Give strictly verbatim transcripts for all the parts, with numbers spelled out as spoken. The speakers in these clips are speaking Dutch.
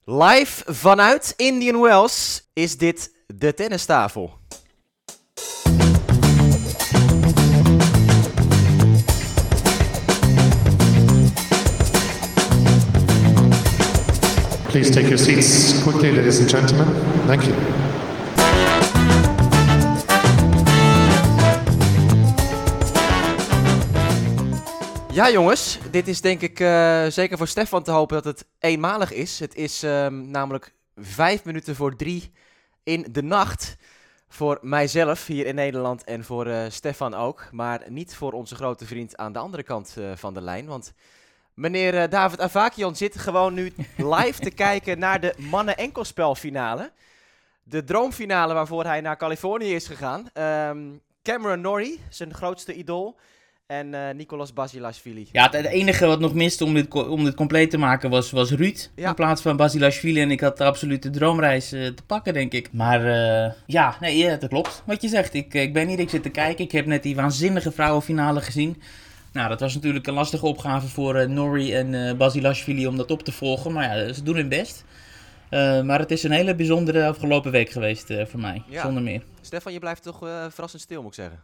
Live vanuit Indian Wells is dit de tennistafel. Please take your seats quickly, ladies and gentlemen. Thank you. Ja jongens, dit is denk ik uh, zeker voor Stefan te hopen dat het eenmalig is. Het is um, namelijk vijf minuten voor drie in de nacht voor mijzelf hier in Nederland en voor uh, Stefan ook. Maar niet voor onze grote vriend aan de andere kant uh, van de lijn, want meneer uh, David Avakian zit gewoon nu live te kijken naar de mannen-enkelspelfinale. De droomfinale waarvoor hij naar Californië is gegaan. Um, Cameron Norrie, zijn grootste idool. En uh, Nicolas Basilashvili. Ja, het enige wat nog miste om dit, om dit compleet te maken was, was Ruud. Ja. In plaats van Basilashvili. En ik had de absolute droomreis uh, te pakken, denk ik. Maar uh, ja, nee, ja, dat klopt wat je zegt. Ik, ik ben hier, ik zit te kijken. Ik heb net die waanzinnige vrouwenfinale gezien. Nou, dat was natuurlijk een lastige opgave voor uh, Norrie en uh, Basilashvili om dat op te volgen. Maar ja, ze doen hun best. Uh, maar het is een hele bijzondere afgelopen week geweest uh, voor mij, ja. Zonder meer. Stefan, je blijft toch uh, verrassend stil, moet ik zeggen.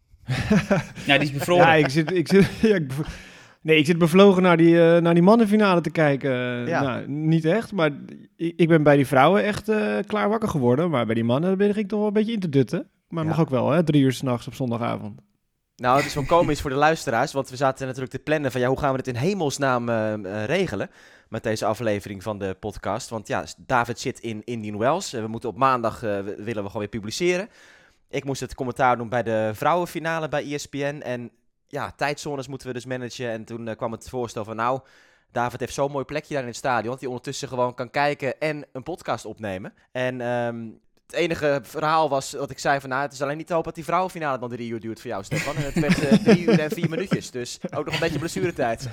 Ja, die is bevroren. Ja, ik zit, ik zit, ja, ik bev- nee, ik zit bevlogen naar die, uh, naar die mannenfinale te kijken. Ja. Nou, niet echt, maar ik, ik ben bij die vrouwen echt uh, klaar wakker geworden. Maar bij die mannen ben ik toch wel een beetje in te dutten. Maar ja. Mag ook wel, hè? Drie uur 's nachts op zondagavond. Nou, het is wel komisch voor de luisteraars, want we zaten natuurlijk te plannen van ja, hoe gaan we dit in hemelsnaam uh, uh, regelen met deze aflevering van de podcast. Want ja, David zit in Indian Wells. Uh, we moeten op maandag, uh, willen we gewoon weer publiceren. Ik moest het commentaar doen bij de vrouwenfinale bij E S P N. En ja, tijdzones moeten we dus managen. En toen uh, kwam het voorstel van nou, David heeft zo'n mooi plekje daar in het stadion, dat hij ondertussen gewoon kan kijken en een podcast opnemen. En um, het enige verhaal was dat ik zei van nou, het is alleen niet te hopen dat die vrouwenfinale dan drie uur duurt voor jou, Stefan. En het werd uh, drie uur en vier minuutjes, dus ook nog een beetje blessuretijd.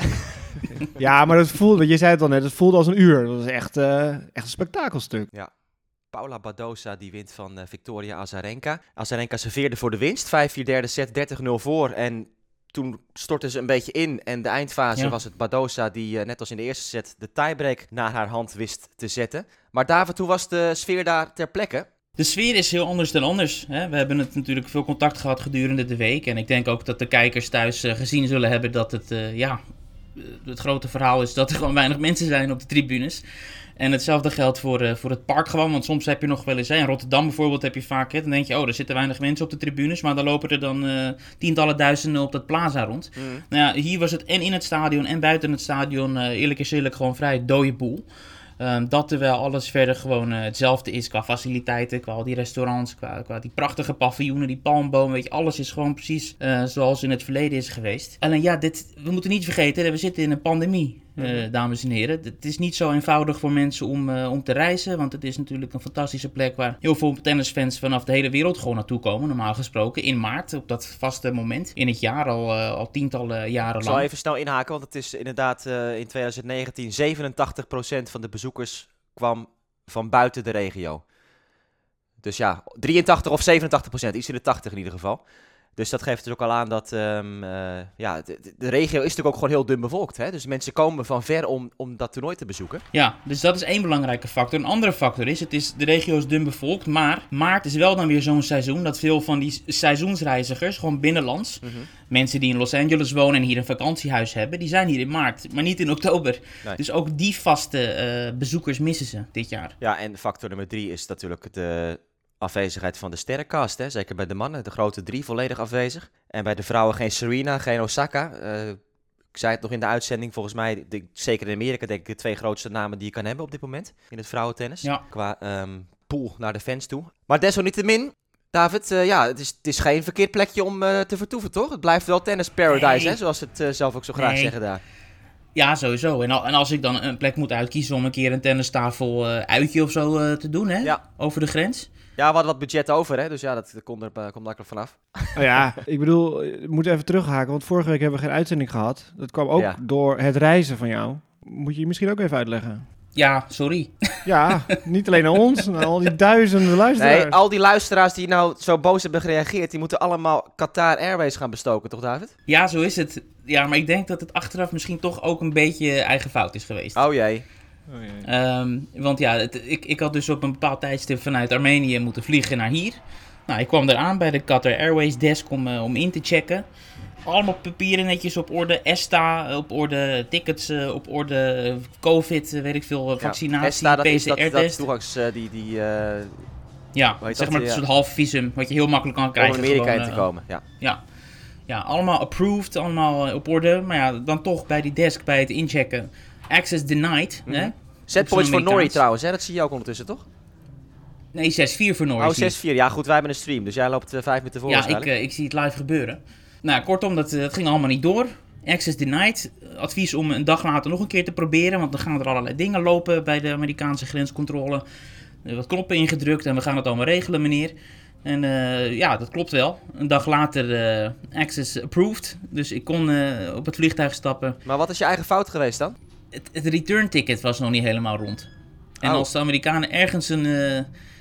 Ja, maar dat voelde, je zei het al net, het voelde als een uur. Dat was echt, uh, echt een spektakelstuk. Ja. Paula Badosa die wint van uh, Victoria Azarenka. Azarenka serveerde voor de winst. vijf vier derde set, dertig nul voor. En toen stortte ze een beetje in. En de eindfase ja. was het Badosa die, uh, net als in de eerste set, de tiebreak naar haar hand wist te zetten. Maar David, hoe was de sfeer daar ter plekke? De sfeer is heel anders dan anders. Hè? We hebben het natuurlijk veel contact gehad gedurende de week. En ik denk ook dat de kijkers thuis uh, gezien zullen hebben dat het, uh, ja, het grote verhaal is dat er gewoon weinig mensen zijn op de tribunes. En hetzelfde geldt voor, uh, voor het park gewoon, want soms heb je nog wel eens, hè, in Rotterdam bijvoorbeeld heb je vaak, hè, dan denk je, oh, er zitten weinig mensen op de tribunes, maar dan lopen er dan uh, tientallen duizenden op dat plaza rond. Mm. Nou ja, hier was het en in het stadion en buiten het stadion, uh, eerlijk is eerlijk, gewoon vrij dode boel. Um, dat terwijl alles verder gewoon uh, hetzelfde is qua faciliteiten, qua al die restaurants, qua, qua die prachtige paviljoenen, die palmbomen, weet je, alles is gewoon precies uh, zoals in het verleden is geweest. Alleen ja, dit, we moeten niet vergeten, we zitten in een pandemie. Uh, dames en heren. Het is niet zo eenvoudig voor mensen om, uh, om te reizen, want het is natuurlijk een fantastische plek waar heel veel tennisfans vanaf de hele wereld gewoon naartoe komen, normaal gesproken, in maart, op dat vaste moment, in het jaar, al, uh, al tientallen jaren lang. Ik zal even snel inhaken, want het is inderdaad uh, in twintig negentien zevenentachtig procent van de bezoekers kwam van buiten de regio. Dus ja, drieëntachtig of zevenentachtig procent, iets in de tachtig in ieder geval. Dus dat geeft dus ook al aan dat um, uh, ja, de, de regio is natuurlijk ook gewoon heel dun bevolkt. Hè? Dus mensen komen van ver om, om dat toernooi te bezoeken. Ja, dus dat is één belangrijke factor. Een andere factor is, het is, de regio is dun bevolkt, maar maart is wel dan weer zo'n seizoen dat veel van die seizoensreizigers, gewoon binnenlands, mm-hmm. mensen die in Los Angeles wonen en hier een vakantiehuis hebben, die zijn hier in maart, maar niet in oktober. Nee. Dus ook die vaste uh, bezoekers missen ze dit jaar. Ja, en factor nummer drie is natuurlijk de afwezigheid van de sterrencast, hè? Zeker bij de mannen, de grote drie volledig afwezig. En bij de vrouwen geen Serena, geen Osaka. Uh, ik zei het nog in de uitzending, volgens mij, de, zeker in Amerika, denk ik de twee grootste namen die je kan hebben op dit moment in het vrouwentennis. Ja. Qua um, pool naar de fans toe. Maar desalniettemin, David, uh, ja, het is, het is geen verkeerd plekje om uh, te vertoeven, toch? Het blijft wel tennis paradise, nee. Hè? Zoals ze het uh, zelf ook zo graag nee. zeggen daar. Ja, sowieso. En, al, en als ik dan een plek moet uitkiezen om een keer een tennistafel uh, uitje of zo uh, te doen, hè? Ja. Over de grens. Ja, we hadden wat budget over, hè? Dus ja, dat, dat komt er uh, komt makkelijk vanaf. Oh ja, ik bedoel, we moeten even terughaken, want vorige week hebben we geen uitzending gehad. Dat kwam ook ja. door het reizen van jou. Moet je je misschien ook even uitleggen? Ja, sorry. Ja, niet alleen aan ons, maar al die duizenden luisteraars. Nee, al die luisteraars die nou zo boos hebben gereageerd, die moeten allemaal Qatar Airways gaan bestoken, toch David? Ja, zo is het. Ja, maar ik denk dat het achteraf misschien toch ook een beetje eigen fout is geweest. Oh jee. Oh, ja. Um, want ja, het, ik, ik had dus op een bepaald tijdstip vanuit Armenië moeten vliegen naar hier. Nou, ik kwam eraan bij de Qatar Airways desk om, uh, om in te checken. Allemaal papieren netjes op orde, E S T A op orde, tickets uh, op orde, COVID, uh, weet ik veel, vaccinatie, ja, E S T A, dat P C is dat, R-test. dat toegangs, uh, die... die uh, ja, zeg maar een soort half visum, wat je heel makkelijk kan krijgen. Om in Amerika gewoon, in te uh, komen, ja. Ja. Ja, allemaal approved, allemaal uh, op orde. Maar ja, dan toch bij die desk, bij het inchecken, access denied. Mm-hmm. Hè? Setpoints voor Norrie trouwens, hè? Dat zie je ook ondertussen, toch? Nee, zes vier voor Norrie. Oh, zes vier. Ja, goed, wij hebben een stream, dus jij loopt uh, vijf minuten voor. Ja, ik, uh, ik zie het live gebeuren. Nou, kortom, dat, uh, dat ging allemaal niet door. Access denied. Advies om een dag later nog een keer te proberen, want dan gaan er allerlei dingen lopen bij de Amerikaanse grenscontrole. Uh, wat knoppen ingedrukt en we gaan het allemaal regelen, meneer. En uh, ja, dat klopt wel. Een dag later uh, access approved. Dus ik kon uh, op het vliegtuig stappen. Maar wat is je eigen fout geweest dan? Het, het return ticket was nog niet helemaal rond. En oh. als de Amerikanen ergens een, uh,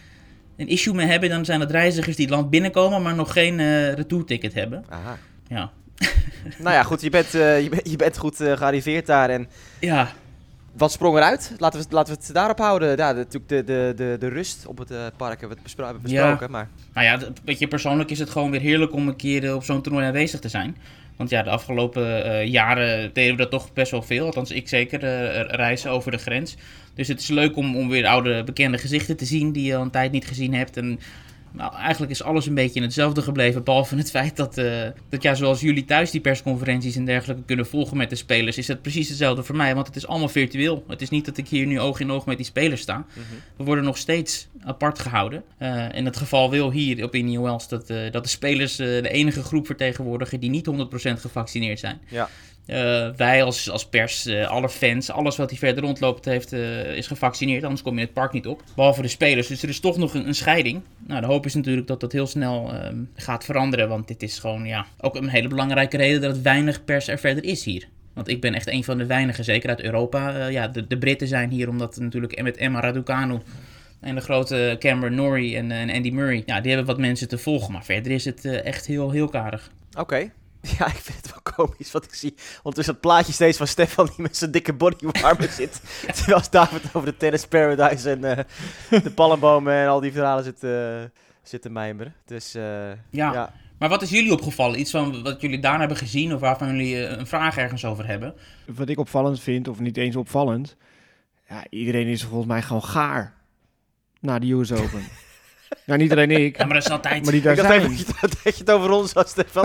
een issue mee hebben, dan zijn het reizigers die het land binnenkomen, maar nog geen uh, retourticket hebben. Aha. Ja. Nou ja, goed, je bent, uh, je bent, je bent goed uh, gearriveerd daar en... Ja. Wat sprong eruit? Laten we, laten we het daarop houden. Ja, de, natuurlijk de, de, de, de rust op het uh, park hebben we het bespro- hebben besproken. Ja. Maar... Nou ja, weet je, persoonlijk is het gewoon weer heerlijk om een keer uh, op zo'n toernooi aanwezig te zijn. Want ja, de afgelopen uh, jaren deden we dat toch best wel veel. Althans, ik zeker, uh, reizen over de grens. Dus het is leuk om, om weer oude bekende gezichten te zien die je al een tijd niet gezien hebt. En nou, eigenlijk is alles een beetje in hetzelfde gebleven. Behalve het feit dat, uh, dat ja, zoals jullie thuis die persconferenties en dergelijke kunnen volgen met de spelers, is het precies hetzelfde voor mij. Want het is allemaal virtueel. Het is niet dat ik hier nu oog in oog met die spelers sta. Mm-hmm. We worden nog steeds apart gehouden. Uh, in het geval wil hier op Indian Wells dat, uh, dat de spelers uh, de enige groep vertegenwoordigen die niet honderd procent gevaccineerd zijn. Ja. Uh, wij als, als pers, uh, alle fans, alles wat hier verder rondloopt heeft, uh, is gevaccineerd. Anders kom je in het park niet op. Behalve de spelers. Dus er is toch nog een, een scheiding. Nou, de hoop is natuurlijk dat dat heel snel uh, gaat veranderen. Want dit is gewoon ja, ook een hele belangrijke reden dat het weinig pers er verder is hier. Want ik ben echt een van de weinigen, zeker uit Europa. Uh, ja, de, de Britten zijn hier omdat natuurlijk met Emma Raducanu en de grote Cameron Norrie en, en Andy Murray, ja, die hebben wat mensen te volgen. Maar verder is het uh, echt heel, heel karig. Oké. Okay. Ja, ik vind het wel komisch wat ik zie. Ondertussen dat plaatje steeds van Stefan die met zijn dikke bodywarmer zit. Terwijl David over de Tennis Paradise en uh, de palmbomen en al die verhalen zit, uh, zit te mijmeren. Dus, uh, ja. ja. Maar wat is jullie opgevallen? Iets van wat jullie daar hebben gezien of waarvan jullie uh, een vraag ergens over hebben? Wat ik opvallend vind, of niet eens opvallend. Ja, iedereen is volgens mij gewoon gaar na de U S Open. Nou, niet alleen ik. Ja, maar dat is altijd... Maar die daar ik zijn. Even, dat je het over ons had, Stefan.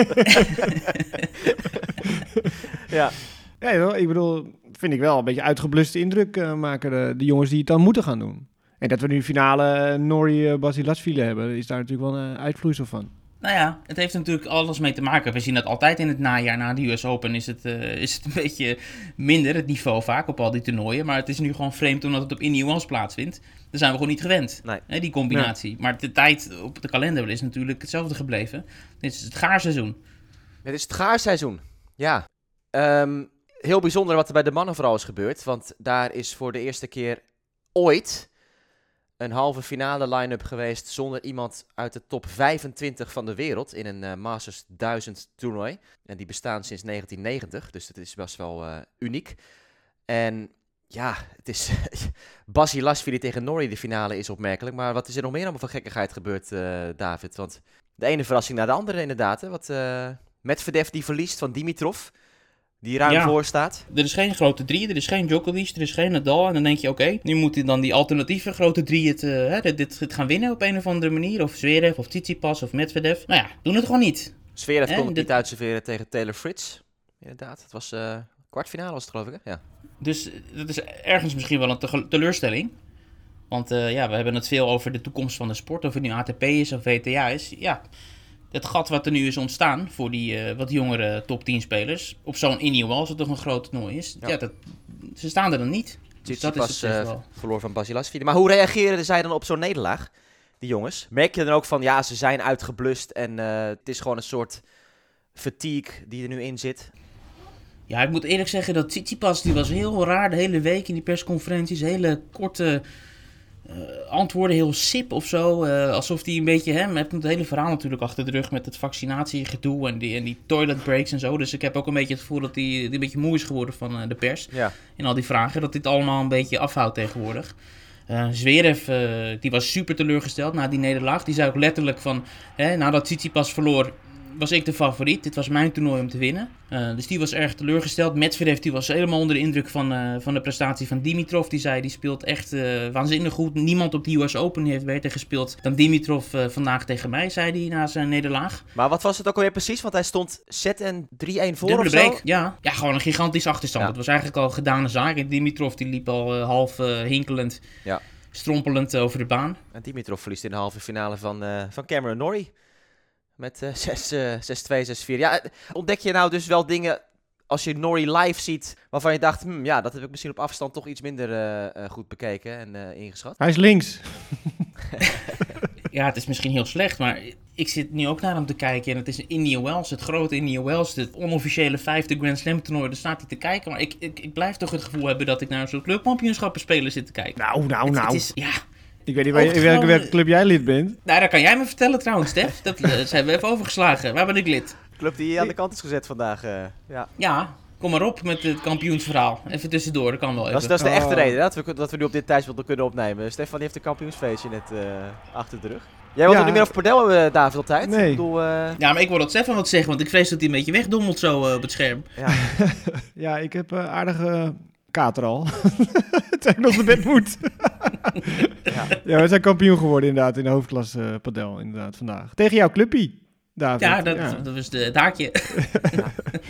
Ja. Ja, joh, ik bedoel, vind ik wel een beetje uitgebluste indruk uh, maken de, de jongens die het dan moeten gaan doen. En dat we nu finale uh, Norrie uh, Basilashvili hebben, is daar natuurlijk wel een uh, uitvloeisel van. Nou ja, het heeft natuurlijk alles mee te maken. We zien dat altijd in het najaar na de U S Open is het, uh, is het een beetje minder, het niveau vaak op al die toernooien. Maar het is nu gewoon vreemd omdat het op Indian Wells plaatsvindt. Daar zijn we gewoon niet gewend, nee. hè, die combinatie. Ja. Maar de tijd op de kalender is natuurlijk hetzelfde gebleven. Dit is het gaarseizoen. Het is het gaarseizoen, ja. Um, heel bijzonder wat er bij de mannen vooral is gebeurd. Want daar is voor de eerste keer ooit een halve finale line-up geweest zonder iemand uit de top vijfentwintig van de wereld in een uh, Masters duizend toernooi. En die bestaan sinds negentien negentig, dus dat is best wel uh, uniek. En ja, het is Basilashvili tegen Norrie de finale is opmerkelijk. Maar wat is er nog meer allemaal van gekkigheid gebeurd, uh, David? Want de ene verrassing na de andere inderdaad. Hè? Wat uh, Medvedev die verliest van Dimitrov, die ruim ja, voor staat. Er is geen grote drie, er is geen Djokovic, er is geen Nadal. En dan denk je, oké, okay, nu moet dan die alternatieve grote drie het, uh, hè, dit, dit, dit gaan winnen op een of andere manier. Of Zverev, of Tsitsipas, of Medvedev. Nou ja, doen het gewoon niet. Zverev hè, kon het dit... niet uitserveren tegen Taylor Fritz. Inderdaad, het was uh, kwartfinale was het geloof ik, hè? Ja. Dus dat is ergens misschien wel een te- teleurstelling. Want uh, ja, we hebben het veel over de toekomst van de sport. Of het nu A T P is of W T A is. Ja, het gat wat er nu is ontstaan voor die uh, wat jongere top tien spelers. Op zo'n Indian Wells, wat toch een groot toernooi is. Ja, ja dat, ze staan er dan niet. Dus dat is het uh, wel. Verloor van Basilashvili. Maar hoe reageren zij dan op zo'n nederlaag, die jongens? Merk je dan ook van, ja, ze zijn uitgeblust en uh, het is gewoon een soort fatigue die er nu in zit? Ja, ik moet eerlijk zeggen dat Tsitsipas, die was heel raar de hele week in die persconferenties. Hele korte uh, antwoorden heel sip of zo. Uh, alsof hij een beetje... Hè, je hebt het hele verhaal natuurlijk achter de rug met het vaccinatiegedoe en die, en die toilet breaks en zo. Dus ik heb ook een beetje het gevoel dat hij een beetje moe is geworden van uh, de pers. Ja. En al die vragen. Dat dit allemaal een beetje afhoudt tegenwoordig. Uh, Zverev, uh, die was super teleurgesteld na die nederlaag. Die zei ook letterlijk van... Hè, nadat Tsitsipas verloor... was ik de favoriet. Dit was mijn toernooi om te winnen. Uh, dus die was erg teleurgesteld. Medvedev die was helemaal onder de indruk van, uh, van de prestatie van Dimitrov. Die zei, die speelt echt uh, waanzinnig goed. Niemand op de U S Open heeft beter gespeeld dan Dimitrov uh, vandaag tegen mij, zei hij na zijn nederlaag. Maar wat was het ook alweer precies? Want hij stond set en drie-een voor Dubbele of zo? break, ja. Ja, gewoon een gigantische achterstand. Ja. Het was eigenlijk al gedane zaak. En Dimitrov die liep al uh, half uh, hinkelend, ja. strompelend uh, over de baan. En Dimitrov verliest in de halve finale van, uh, van Cameron Norrie. Met uh, zes twee, zes vier. Ja, ontdek je nou dus wel dingen als je Norrie live ziet, waarvan je dacht, hm, ja, dat heb ik misschien op afstand toch iets minder uh, uh, goed bekeken en uh, ingeschat? Hij is links. Ja, het is misschien heel slecht, maar ik zit nu ook naar hem te kijken. En het is Indian Wells, het grote Indian Wells, het onofficiële vijfde Grand Slam toernooi. Daar staat hij te kijken, maar ik, ik, ik blijf toch het gevoel hebben dat ik naar zo'n clubkampioenschappen spelen zit te kijken. Nou, nou, het, nou. Het is, ja... Ik weet niet waar, welke, welke club jij lid bent. Nou, dat kan jij me vertellen trouwens, Stef. Dat uh, zijn we even overgeslagen. Waar ben ik lid? Club die aan de kant is gezet vandaag. Uh, ja. ja, kom maar op met het kampioensverhaal. Even tussendoor, dat kan wel even. Dat is, dat is de oh. echte reden, dat we, dat we nu op dit tijdspot kunnen opnemen. Stefan die heeft een kampioensfeestje net uh, achter de rug. Jij wilt ja. er niet meer over Pordel, uh, David, op tijd? Nee. Ik bedoel, uh... Ja, maar ik wil dat Stefan wat zeggen, want ik vrees dat hij een beetje wegdommelt zo uh, op het scherm. Ja, ja ik heb uh, aardige kater al. Het ik nog naar bed moet. ja. ja, we zijn kampioen geworden inderdaad in de hoofdklasse uh, padel inderdaad vandaag. Tegen jouw clubpie, David. Ja, dat, ja. dat was de, het haakje. ja.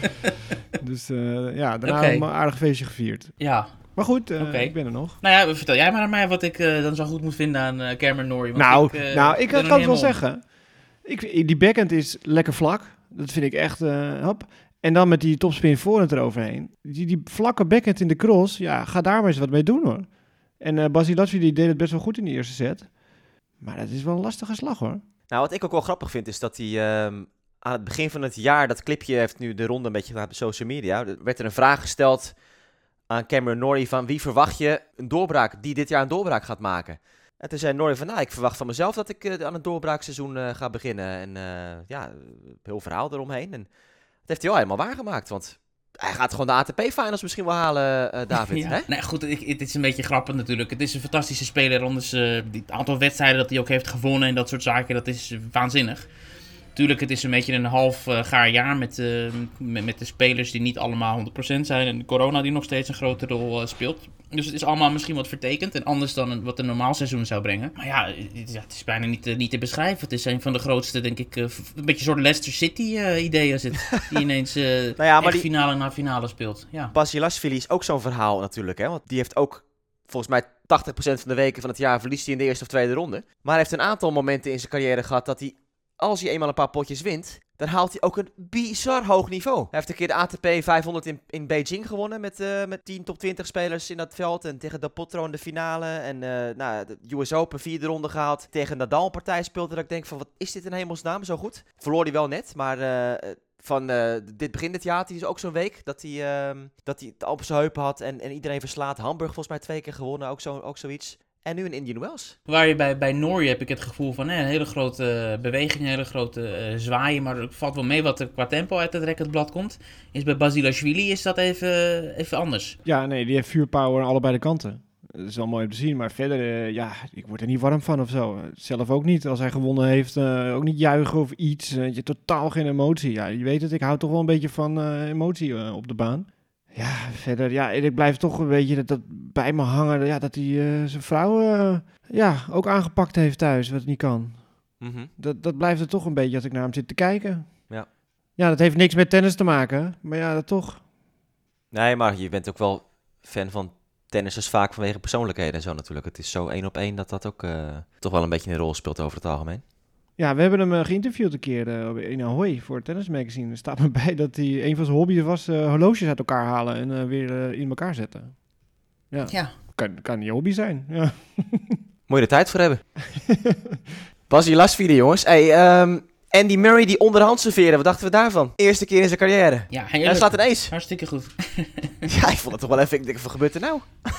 Dus uh, ja, daarna okay. hebben we een aardig feestje gevierd. Ja. Maar goed, uh, okay. ik ben er nog. Nou ja, vertel jij maar aan mij wat ik uh, dan zo goed moet vinden aan uh, Cameron Norrie. Want nou, ik, uh, nou, ik kan het wel om. zeggen. Ik, die backhand is lekker vlak. Dat vind ik echt, uh, hop. En dan met die topspin voorhand eroverheen. Die, die vlakke backhand in de cross, ja, ga daar maar eens wat mee doen hoor. En uh, Basilashvili die deed het best wel goed in de eerste set. Maar dat is wel een lastige slag hoor. Nou, wat ik ook wel grappig vind is dat hij uh, aan het begin van het jaar, dat clipje heeft nu de ronde een beetje gedaan op social media, er werd er een vraag gesteld aan Cameron Norrie van wie verwacht je een doorbraak, die dit jaar een doorbraak gaat maken. En toen zei Norrie van, nou, ik verwacht van mezelf dat ik uh, aan een doorbraakseizoen uh, ga beginnen. En uh, ja, heel verhaal eromheen. En dat heeft hij wel helemaal waargemaakt, want hij gaat gewoon de A T P-finals misschien wel halen, uh, David. ja. Hè? Nee, goed, het, het is een beetje grappig natuurlijk. Het is een fantastische speler. Anders, uh, het aantal wedstrijden dat hij ook heeft gewonnen en dat soort zaken, dat is waanzinnig. Tuurlijk, het is een beetje een half uh, gaar jaar met, uh, met, met de spelers die niet allemaal honderd procent zijn. En de corona die nog steeds een grote rol uh, speelt. Dus het is allemaal misschien wat vertekend en anders dan een, wat een normaal seizoen zou brengen. Maar ja, het, ja, het is bijna niet, uh, niet te beschrijven. Het is een van de grootste, denk ik, uh, een beetje een soort Leicester City uh, idee is het. Die ineens uh, nou ja, maar echt die... finale na finale speelt. Ja. Basilashvili is ook zo'n verhaal natuurlijk, hè? Want die heeft ook volgens mij tachtig procent van de weken van het jaar verliest hij in de eerste of tweede ronde. Maar hij heeft een aantal momenten in zijn carrière gehad dat hij, als hij eenmaal een paar potjes wint, dan haalt hij ook een bizar hoog niveau. Hij heeft een keer de A T P vijfhonderd in, in Beijing gewonnen met, uh, met tien top twintig spelers in dat veld. En tegen Del Potro in de finale. En uh, nou, de U S Open vierde ronde gehaald. Tegen Nadal een partij speelde dat ik denk van, wat is dit in hemelsnaam zo goed? Verloor hij wel net, maar uh, van uh, dit begin dit jaar had hij dus ook zo'n week dat hij, uh, dat hij het op zijn heupen had en, en iedereen verslaat. Hamburg volgens mij twee keer gewonnen, ook, zo, ook zoiets. En nu in Indian Wells. Waar je bij, bij Norrie heb ik het gevoel van hè, een hele grote beweging, een hele grote uh, zwaaien. Maar het valt wel mee wat er qua tempo uit het rekordblad komt. Is bij Basilashvili is dat even, even anders. Ja, nee, die heeft vuurpower aan allebei de kanten. Dat is wel mooi om te zien, maar verder, uh, ja, ik word er niet warm van of zo. Zelf ook niet. Als hij gewonnen heeft, uh, ook niet juichen of iets. Uh, je totaal geen emotie. Ja, je weet het, ik hou toch wel een beetje van uh, emotie uh, op de baan. Ja, verder, ja, ik blijf toch een beetje dat, dat bij me hangen, ja, dat hij uh, zijn vrouw uh, ja, ook aangepakt heeft thuis, wat niet kan. Mm-hmm. Dat, dat blijft er toch een beetje als ik naar hem zit te kijken. Ja. Ja, dat heeft niks met tennis te maken, maar ja, dat toch. Nee, maar je bent ook wel fan van tennissers vaak vanwege persoonlijkheden en zo natuurlijk. Het is zo één op één dat dat ook uh, toch wel een beetje een rol speelt over het algemeen. Ja, we hebben hem uh, geïnterviewd een keer uh, in Ahoy voor het Tennis Magazine. Er staat me bij dat hij een van zijn hobby's was uh, horloges uit elkaar halen en uh, weer uh, in elkaar zetten. Ja, ja. Kan, kan je hobby zijn. Ja. Moet je er tijd voor hebben. Basilashvili, jongens. Hey, um, Andy Murray die onderhand serveren, wat dachten we daarvan? Eerste keer in zijn carrière. Ja, hij slaat ineens. Hartstikke goed. Ja, ik vond het toch wel even... Ik denk, wat gebeurt er nou?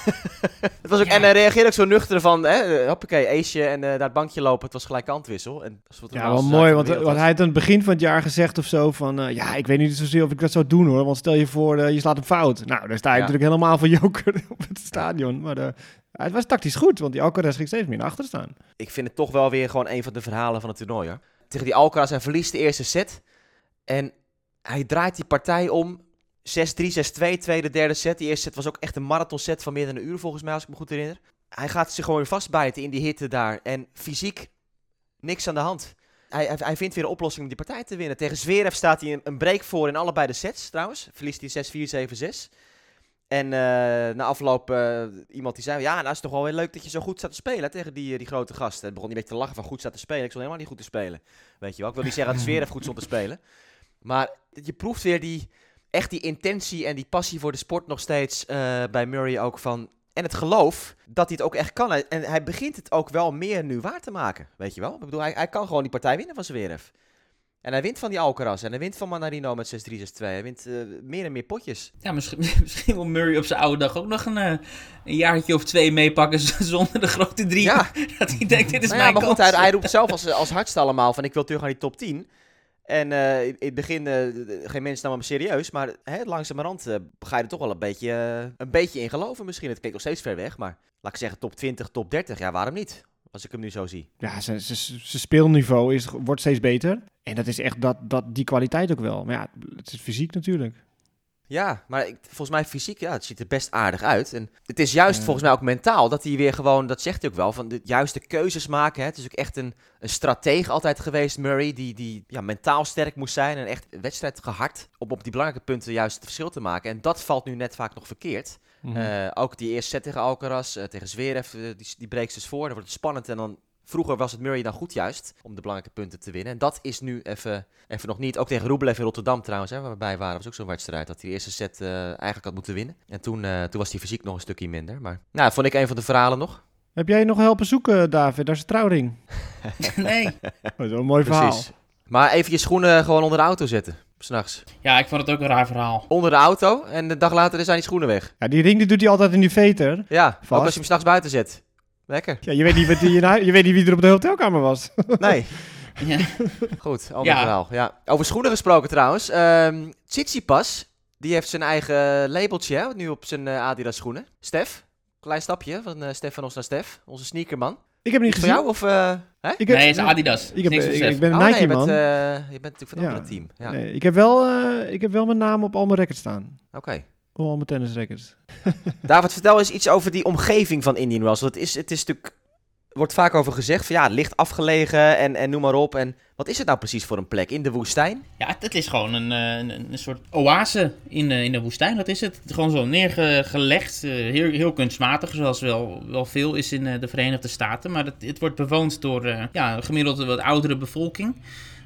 Het was ook, ja. En hij reageerde ook zo nuchter van... Hè, hoppakee, Ace en uh, naar het bankje lopen. Het was gelijk kantwissel. En ja, wel mooi. Want wat hij had aan het begin van het jaar gezegd of zo van... Uh, ja, ik weet niet zozeer of ik dat zou doen hoor. Want stel je voor, uh, je slaat hem fout. Nou, daar sta je ja. natuurlijk helemaal van joker op het stadion. Maar uh, het was tactisch goed. Want die Alcaraz ging steeds meer naar achter staan. Ik vind het toch wel weer gewoon een van de verhalen van het toernooi. Hoor. Tegen die Alcaraz, hij verliest de eerste set. En hij draait die partij om... zes drie, zes twee, tweede, derde set. Die eerste set was ook echt een marathon set van meer dan een uur volgens mij, als ik me goed herinner. Hij gaat zich gewoon weer vastbijten in die hitte daar. En fysiek niks aan de hand. Hij, hij, hij vindt weer een oplossing om die partij te winnen. Tegen Zverev staat hij een, een break voor in allebei de sets trouwens. Verliest hij zes vier, zeven zes. En uh, na afloop uh, iemand die zei... Ja, nou is het toch wel weer leuk dat je zo goed staat te spelen tegen die, die grote gasten. Het begon niet een beetje te lachen van goed staat te spelen. Ik stond helemaal niet goed te spelen. Weet je wel, ik wil niet zeggen dat Zverev goed stond te spelen. Maar je proeft weer die... Echt die intentie en die passie voor de sport nog steeds uh, bij Murray ook van... En het geloof dat hij het ook echt kan. En hij begint het ook wel meer nu waar te maken, weet je wel. Ik bedoel, hij, hij kan gewoon die partij winnen van Zverev. En hij wint van die Alcaraz en hij wint van Mannarino met zes drie, zes twee. Hij wint uh, meer en meer potjes. Ja, misschien, misschien wil Murray op zijn oude dag ook nog een, uh, een jaartje of twee meepakken zonder de grote drie. Ja. Dat hij denkt, dit is nou mijn ja, maar kans. Goed, hij, hij roept zelf als, als hardste allemaal van ik wil terug naar die top tien. En uh, in het begin, uh, geen mensen namen me serieus, maar hè, langzamerhand uh, ga je er toch wel een beetje, uh, een beetje in geloven misschien. Het klinkt nog steeds ver weg, maar laat ik zeggen top twintig, top dertig, ja waarom niet? Als ik hem nu zo zie. Ja, zijn speelniveau is, wordt steeds beter. En dat is echt dat, dat, die kwaliteit ook wel. Maar ja, het is fysiek natuurlijk. Ja, maar ik, volgens mij fysiek, ja, het ziet er best aardig uit. En het is juist ja. volgens mij ook mentaal dat hij weer gewoon, dat zegt hij ook wel, van de juiste keuzes maken. Hè. Het is ook echt een, een strateeg altijd geweest, Murray, die, die ja, mentaal sterk moest zijn en echt wedstrijd gehard om op die belangrijke punten juist het verschil te maken. En dat valt nu net vaak nog verkeerd. Mm-hmm. Uh, ook die eerste set tegen Alcaraz, uh, tegen Zverev, uh, die, die breekt dus voor. Dan wordt het spannend en dan... Vroeger was het Murray dan goed juist om de belangrijke punten te winnen. En dat is nu even, even nog niet. Ook tegen Rublev in Rotterdam trouwens, hè, waar we bij waren. Was ook zo'n wedstrijd dat hij de eerste set uh, eigenlijk had moeten winnen. En toen, uh, toen was hij fysiek nog een stukje minder. Maar nou, vond ik een van de verhalen nog. Heb jij nog helpen zoeken, David? Daar is een trouwring. Nee. Dat is wel een mooi verhaal. Precies. Maar even je schoenen gewoon onder de auto zetten. 's Nachts. Ja, ik vond het ook een raar verhaal. Onder de auto en de dag later zijn die schoenen weg. Ja, die ring die doet hij altijd in die veter. Ja, vast. Ook als je hem 's nachts buiten zet. Lekker. Ja, je weet niet, wie, je, je weet niet wie er op de hotelkamer was. Nee. Ja. Goed, ander ja. verhaal. Ja. Over schoenen gesproken trouwens. Um, Tsitsipas, die heeft zijn eigen labeltje hè, nu op zijn uh, Adidas schoenen. Stef, klein stapje van uh, Stef van ons naar Stef, onze sneakerman. Ik heb niet Iets gezien. voor jou of... Uh, hè? Ik heb, nee, het is Adidas. Ik, heb, Niks ik, ik ben een oh, Nike nee, man. Je bent, uh, je bent natuurlijk van een ja. ander team. Ja. Nee, ik, heb wel, uh, ik heb wel mijn naam op al mijn records staan. Oké. Okay. Op al mijn tennisrecords. David, vertel eens iets over die omgeving van Indian Wells. Het is, het is natuurlijk... Er wordt vaak over gezegd van ja, het ligt afgelegen en, en noem maar op. En wat is het nou precies voor een plek? In de woestijn? Ja, het, het is gewoon een, een, een soort oase in, in de woestijn. Dat is het. Het is gewoon zo neergelegd. Heel, heel kunstmatig, zoals wel, wel veel is in de Verenigde Staten. Maar het, het wordt bewoond door uh, ja, gemiddeld een wat oudere bevolking.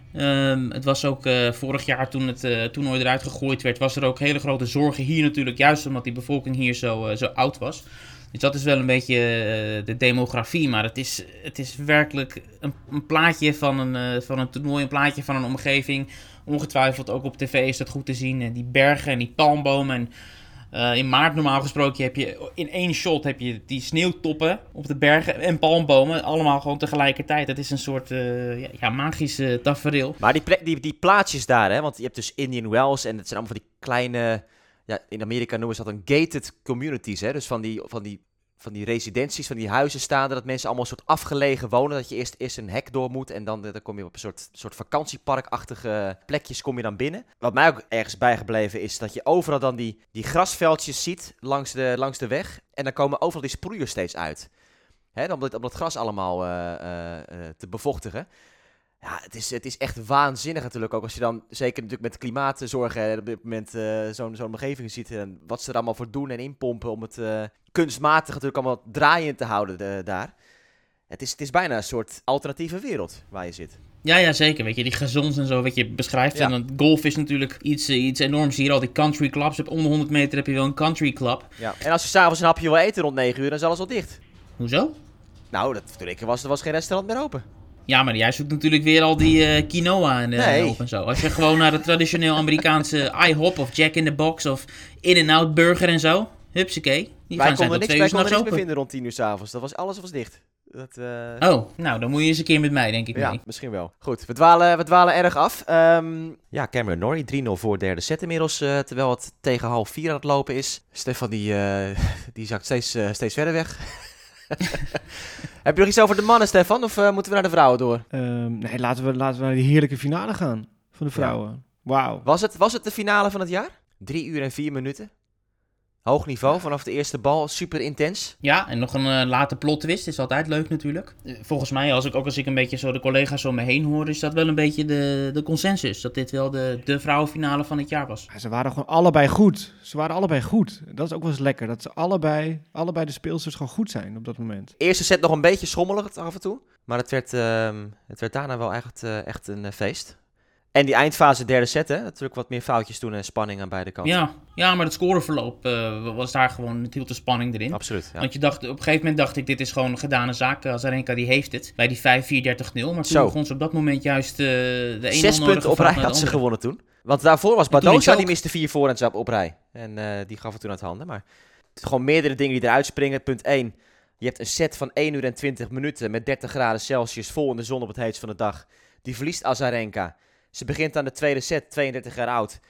Um, het was ook uh, vorig jaar toen het uh, toernooi eruit gegooid werd, was er ook hele grote zorgen hier natuurlijk. Juist omdat die bevolking hier zo, uh, zo oud was. Dus dat is wel een beetje uh, de demografie, maar het is, het is werkelijk een, een plaatje van een, uh, van een toernooi, een plaatje van een omgeving. Ongetwijfeld ook op tv is dat goed te zien. En die bergen en die palmbomen. En, uh, in maart normaal gesproken heb je in één shot heb je die sneeuwtoppen op de bergen en palmbomen. Allemaal gewoon tegelijkertijd. Het is een soort uh, ja, ja, magisch uh, tafereel. Maar die, die, die plaatsjes daar, hè, want je hebt dus Indian Wells en het zijn allemaal van die kleine... Ja, in Amerika noemen ze dat een gated communities, hè? Dus van die, van, die, van die residenties, van die huizen staan, dat mensen allemaal een soort afgelegen wonen, dat je eerst, eerst een hek door moet en dan, dan kom je op een soort, soort vakantieparkachtige plekjes kom je dan binnen. Wat mij ook ergens bijgebleven is dat je overal dan die, die grasveldjes ziet langs de, langs de weg en dan komen overal die sproeiers steeds uit. Hè? Om, dat, om dat gras allemaal uh, uh, uh, te bevochtigen. Ja, het is, het is echt waanzinnig natuurlijk ook als je dan, zeker natuurlijk met klimaatzorgen op dit moment uh, zo'n, zo'n omgeving ziet en wat ze er allemaal voor doen en inpompen om het uh, kunstmatig natuurlijk allemaal draaiend te houden uh, daar. Het is, het is bijna een soort alternatieve wereld waar je zit. Ja, ja, zeker. Weet je, die gazons en zo wat je beschrijft. Ja. En dan, golf is natuurlijk iets, uh, iets enorms hier. Al die country clubs. Op onder honderd meter heb je wel een country club. Ja. En als je s'avonds een hapje wil eten rond negen uur, dan is alles al dicht. Hoezo? Nou, dat, toen ik er was, er was geen restaurant meer open. Ja, maar jij zoekt natuurlijk weer al die uh, quinoa en, uh, nee. op en zo. Als je gewoon naar de traditioneel Amerikaanse IHOP of Jack in the Box of In-N-Out Burger en zo. Hupsakee. Die wij gaan zijn konden tot niks, twee wij uur konden niks open. meer vinden rond tien uur 's avonds. Dat was, alles was dicht. Dat, uh... Oh, nou dan moet je eens een keer met mij, denk ik. Ja, mee. misschien wel. Goed, we dwalen, we dwalen erg af. Um, ja, Cameron Norrie, drie nul voor derde set inmiddels. Uh, terwijl het tegen half vier aan het lopen is. Stefan, die, uh, die zakt steeds, uh, steeds verder weg. Heb je nog iets over de mannen, Stefan? Of uh, moeten we naar de vrouwen door? Um, nee, laten we, laten we naar die heerlijke finale gaan van de vrouwen. Ja. Wauw. Was het, was het de finale van het jaar? Drie uur en vier minuten. Hoog niveau, vanaf de eerste bal, super intens. Ja, en nog een uh, late plot twist, is altijd leuk natuurlijk. Uh, volgens mij, als ik, ook als ik een beetje zo de collega's om me heen hoor, is dat wel een beetje de, de consensus. Dat dit wel de, de vrouwenfinale van het jaar was. Ja, ze waren gewoon allebei goed. Ze waren allebei goed. Dat is ook wel eens lekker, dat ze allebei, allebei de speelsters gewoon goed zijn op dat moment. Eerste set nog een beetje schommelig af en toe. Maar het werd, uh, het werd daarna wel echt, uh, echt een uh, feest. En die eindfase derde set, hè? Natuurlijk wat meer foutjes doen en spanning aan beide kanten. Ja, ja maar het scoreverloop uh, was daar gewoon, het hield de spanning erin. Absoluut, ja. Want je dacht, op een gegeven moment dacht ik, dit is gewoon een gedane zaak. Azarenka die heeft het, bij die vijf vier dertig nul. Maar toen Zo. begon ze op dat moment juist uh, de ene Zes punten op rij had ze gewonnen toen. Want daarvoor was Badosa, die miste vier voor en zat op rij. En uh, die gaf het toen uit handen. Maar gewoon meerdere dingen die eruit springen. Punt één, je hebt een set van één uur en twintig minuten met dertig graden Celsius vol in de zon op het heetst van de dag. Die verliest Azarenka. Ze begint aan de tweede set, tweeëndertig jaar oud.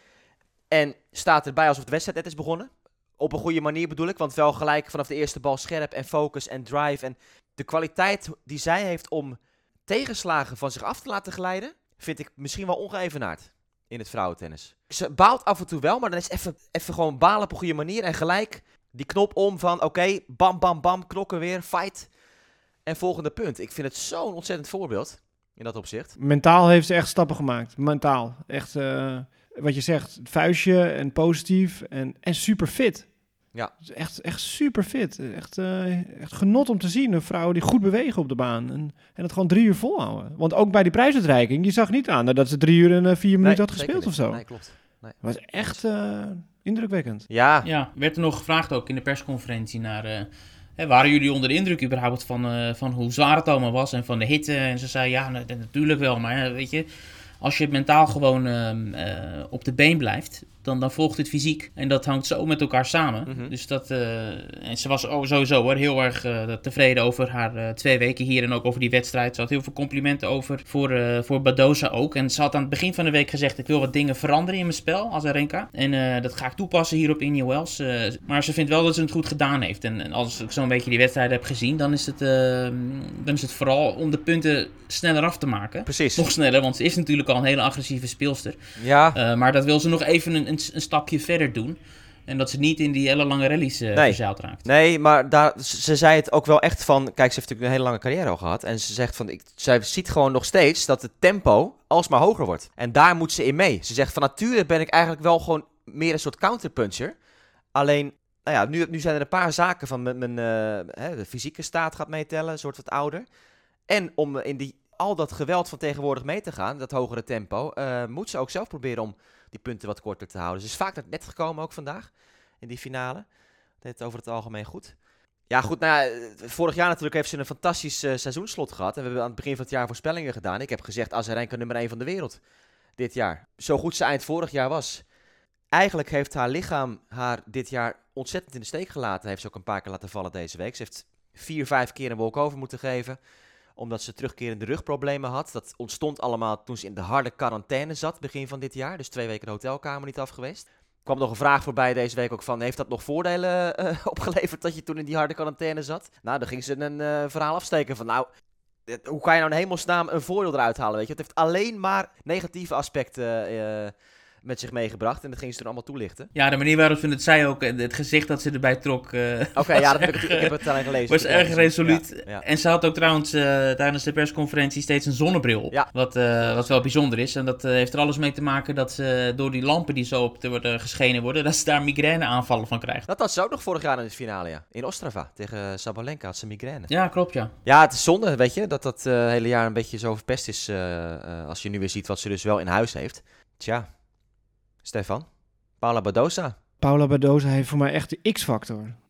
En staat erbij alsof de wedstrijd net is begonnen. Op een goede manier bedoel ik, want wel gelijk vanaf de eerste bal scherp en focus en drive. En de kwaliteit die zij heeft om tegenslagen van zich af te laten glijden, vind ik misschien wel ongeëvenaard in het vrouwentennis. Ze baalt af en toe wel, maar dan is even, even gewoon balen op een goede manier. En gelijk die knop om van oké, okay, bam, bam, bam, knokken weer, fight. En volgende punt. Ik vind het zo'n ontzettend voorbeeld. In dat opzicht. Mentaal heeft ze echt stappen gemaakt. Mentaal. Echt, uh, wat je zegt, het vuistje en positief en, en super fit. Ja. Echt, echt super fit. Echt, uh, echt genot om te zien. Een vrouw die goed bewegen op de baan. En, en het gewoon drie uur volhouden. Want ook bij die prijsuitreiking, je zag niet aan dat ze drie uur en uh, vier minuten nee, had gespeeld of zo. Nee, klopt. Nee. Het was echt uh, indrukwekkend. Ja. Ja, werd er nog gevraagd ook in de persconferentie naar... Uh, He, waren jullie onder de indruk überhaupt van, uh, van hoe zwaar het allemaal was en van de hitte? En ze zei, ja, na- natuurlijk wel, maar weet je, als je mentaal gewoon uh, uh, op de been blijft, dan, dan volgt het fysiek. En dat hangt zo met elkaar samen. Mm-hmm. Dus dat, uh, en ze was oh, sowieso hoor, heel erg uh, tevreden over haar uh, twee weken hier en ook over die wedstrijd. Ze had heel veel complimenten over voor, uh, voor Badosa ook. En ze had aan het begin van de week gezegd, ik wil wat dingen veranderen in mijn spel, Azarenka. En uh, dat ga ik toepassen hier op Indian Wells. Uh, maar ze vindt wel dat ze het goed gedaan heeft. En, en als ik zo'n beetje die wedstrijd heb gezien, dan is het, uh, dan is het vooral om de punten sneller af te maken. Precies. Nog sneller, want ze is natuurlijk al een hele agressieve speelster. Ja. Uh, maar dat wil ze nog even een, een, een stapje verder doen. En dat ze niet in die hele lange rallies uh, nee. verzeild raakt. Nee, maar daar, ze zei het ook wel echt van... Kijk, ze heeft natuurlijk een hele lange carrière al gehad. En ze zegt van... Ik, zij ziet gewoon nog steeds dat het tempo alsmaar hoger wordt. En daar moet ze in mee. Ze zegt van nature ben ik eigenlijk wel gewoon meer een soort counterpuncher. Alleen, nou ja, nu, nu zijn er een paar zaken van mijn... mijn uh, hè, de fysieke staat gaat meetellen, een soort wat ouder. En om in die, al dat geweld van tegenwoordig mee te gaan, dat hogere tempo... Uh, moet ze ook zelf proberen om die punten wat korter te houden. Ze is vaak naar het net gekomen ook vandaag. In die finale. Deed het over het algemeen goed. Ja, goed. Nou ja, vorig jaar natuurlijk heeft ze een fantastisch uh, seizoensslot gehad. En we hebben aan het begin van het jaar voorspellingen gedaan. Ik heb gezegd, Azarenka nummer één van de wereld. Dit jaar. Zo goed ze eind vorig jaar was. Eigenlijk heeft haar lichaam haar dit jaar ontzettend in de steek gelaten. Heeft ze ook een paar keer laten vallen deze week. Ze heeft vier, vijf keer een walkover moeten geven. Omdat ze terugkerende rugproblemen had. Dat ontstond allemaal toen ze in de harde quarantaine zat. Begin van dit jaar. Dus twee weken de hotelkamer niet af geweest. Er kwam nog een vraag voorbij deze week ook van... Heeft dat nog voordelen uh, opgeleverd dat je toen in die harde quarantaine zat? Nou, dan ging ze een uh, verhaal afsteken van... Nou, dit, hoe kan je nou in hemelsnaam een voordeel eruit halen, weet je? Het heeft alleen maar negatieve aspecten uh, met zich meegebracht. En dat ging ze toen allemaal toelichten. Ja, de manier waarop ze het zei ook, het gezicht dat ze erbij trok... Uh, Oké, okay, ja, dat heb ik, ik heb het alleen gelezen. Was erg resoluut. Ja, ja. En ze had ook trouwens uh, tijdens de persconferentie steeds een zonnebril op. Ja. Wat, uh, wat wel bijzonder is. En dat uh, heeft er alles mee te maken dat ze door die lampen die zo op te worden geschenen worden... dat ze daar migraineaanvallen van krijgt. Dat had ze ook nog vorig jaar in de finale, ja. In Ostrava tegen Sabalenka had ze migraine. Ja, klopt, ja. Ja, het is zonde, weet je, dat dat uh, hele jaar een beetje zo verpest is... Uh, uh, als je nu weer ziet wat ze dus wel in huis heeft. Tja, Stefan, Paula Badosa. Paula Badosa heeft voor mij echt de X-factor.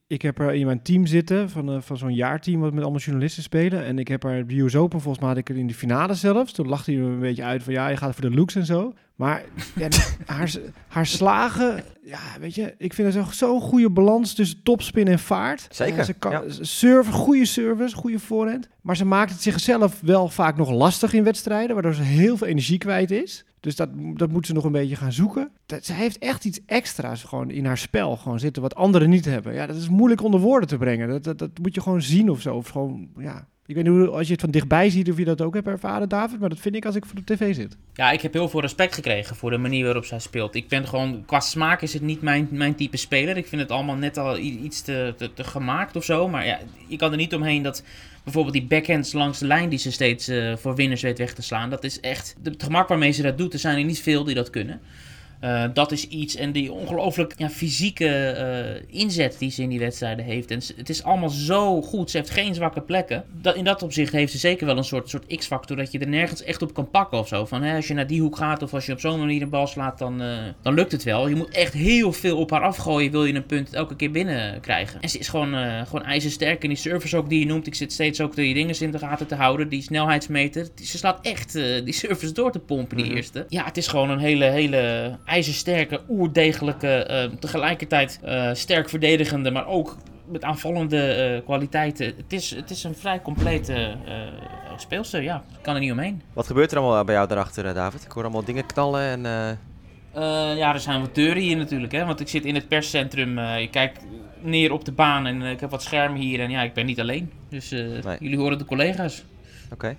ik heb er in mijn team zitten, van, uh, van zo'n jaarteam wat met allemaal journalisten spelen. En ik heb haar de U S Open, volgens mij had ik er in de finale zelfs. Toen lachte hij me een beetje uit van ja, je gaat voor de looks en zo. Maar ja, haar, haar slagen, ja, weet je, ik vind het zo'n goede balans tussen topspin en vaart. Zeker. Uh, ze kan ja. serve, goede service, goede voorhand. Maar ze maakt het zichzelf wel vaak nog lastig in wedstrijden, waardoor ze heel veel energie kwijt is. Dus dat, dat moet ze nog een beetje gaan zoeken. Dat, ze heeft echt iets extra's gewoon in haar spel gewoon zitten wat anderen niet hebben. Ja, dat is moeilijk onder woorden te brengen. Dat, dat, dat moet je gewoon zien of zo. Of gewoon, ja. Ik weet niet hoe, als je het van dichtbij ziet of je dat ook hebt ervaren, David. Maar dat vind ik als ik voor de tv zit. Ja, ik heb heel veel respect gekregen voor de manier waarop zij speelt. Ik ben gewoon, qua smaak is het niet mijn, mijn type speler. Ik vind het allemaal net al iets te, te, te gemaakt of zo. Maar ja, je kan er niet omheen dat bijvoorbeeld die backhands langs de lijn die ze steeds uh, voor winners weet weg te slaan. Dat is echt, het gemak waarmee ze dat doet, er zijn er niet veel die dat kunnen. Uh, dat is iets. En die ongelooflijk ja, fysieke uh, inzet die ze in die wedstrijden heeft. En het is allemaal zo goed. Ze heeft geen zwakke plekken. Dat, in dat opzicht heeft ze zeker wel een soort, soort X-factor. Dat je er nergens echt op kan pakken of zo. Van hè, als je naar die hoek gaat of als je op zo'n manier een bal slaat, dan, uh, dan lukt het wel. Je moet echt heel veel op haar afgooien. Wil je een punt elke keer binnen krijgen. En ze is gewoon, uh, gewoon ijzersterk. En die service ook die je noemt. Ik zit steeds ook die dingen in de gaten te houden. Die snelheidsmeter. Die, ze slaat echt uh, die service door te pompen, die mm-hmm. eerste. Ja, het is gewoon een hele, hele ijzersterke, oerdegelijke, uh, tegelijkertijd uh, sterk verdedigende, maar ook met aanvallende uh, kwaliteiten. Het is, het is een vrij complete uh, speelster, ja. Ik kan er niet omheen. Wat gebeurt er allemaal bij jou daarachter, David? Ik hoor allemaal dingen knallen en... Uh... Uh, ja, er zijn wat deuren hier natuurlijk, hè. Want ik zit in het perscentrum. Uh, ik kijk neer op de baan en uh, ik heb wat schermen hier. En ja, ik ben niet alleen. Dus uh, nee. Jullie horen de collega's. Oké. Okay.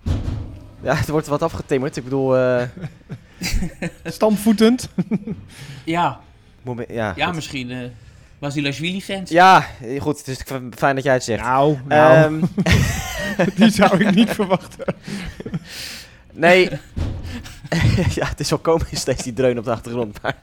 Ja, het wordt wat afgetimmerd. Ik bedoel... Uh... Stampvoetend. ja. Moment, ja, ja misschien... Uh... Basilashvili-fans? Ja, goed. Het is fijn dat jij het zegt. Nou, nou. Um, die zou ik niet verwachten. Nee. Ja, het is wel komisch steeds die dreun op de achtergrond. Maar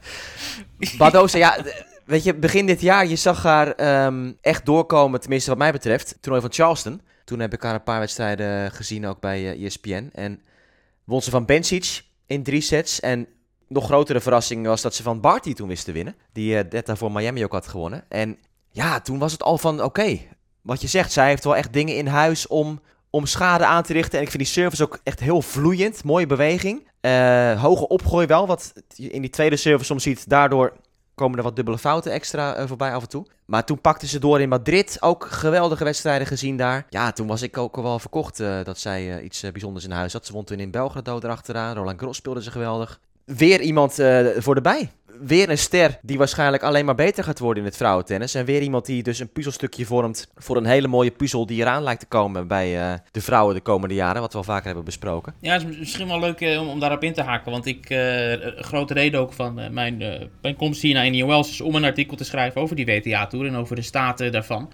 Badosa, ja, weet je, begin dit jaar, je zag haar um, echt doorkomen, tenminste wat mij betreft. Toernooi van Charleston. Toen heb ik haar een paar wedstrijden gezien, ook bij uh, E S P N. En won ze van Bencic in drie sets. En nog grotere verrassing was dat ze van Barty toen wist te winnen. Die uh, net daarvoor Miami ook had gewonnen. En ja, toen was het al van, oké, okay, wat je zegt, zij heeft wel echt dingen in huis om, om schade aan te richten. En ik vind die service ook echt heel vloeiend. Mooie beweging. Uh, hoge opgooi wel, wat je in die tweede service soms ziet. Daardoor komen er wat dubbele fouten extra uh, voorbij af en toe. Maar toen pakte ze door in Madrid. Ook geweldige wedstrijden gezien daar. Ja, toen was ik ook wel verkocht uh, dat zij uh, iets uh, bijzonders in huis had. Ze won toen in Belgrado erachteraan. Roland Garros speelde ze geweldig. Weer iemand uh, voor de bij. Weer een ster die waarschijnlijk alleen maar beter gaat worden in het vrouwentennis. En weer iemand die dus een puzzelstukje vormt voor een hele mooie puzzel die eraan lijkt te komen bij uh, de vrouwen de komende jaren. Wat we al vaker hebben besproken. Ja, het is misschien wel leuk uh, om, om daarop in te haken. Want ik, uh, een grote reden ook van uh, mijn, uh, mijn komst hier naar Indian Wells is om een artikel te schrijven over die W T A-tour en over de staten daarvan.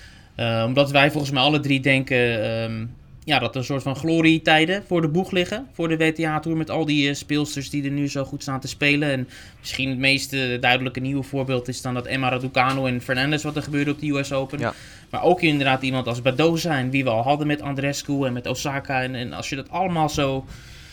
Uh, omdat wij volgens mij alle drie denken... Um, Ja, dat er een soort van glorietijden voor de boeg liggen. Voor de W T A-tour met al die uh, speelsters die er nu zo goed staan te spelen. En misschien het meest uh, duidelijke nieuwe voorbeeld is dan dat Emma Raducanu en Fernandez wat er gebeurde op de U S Open. Ja. Maar ook inderdaad iemand als Badosa en wie we al hadden met Andreescu en met Osaka. En, en als je dat allemaal zo,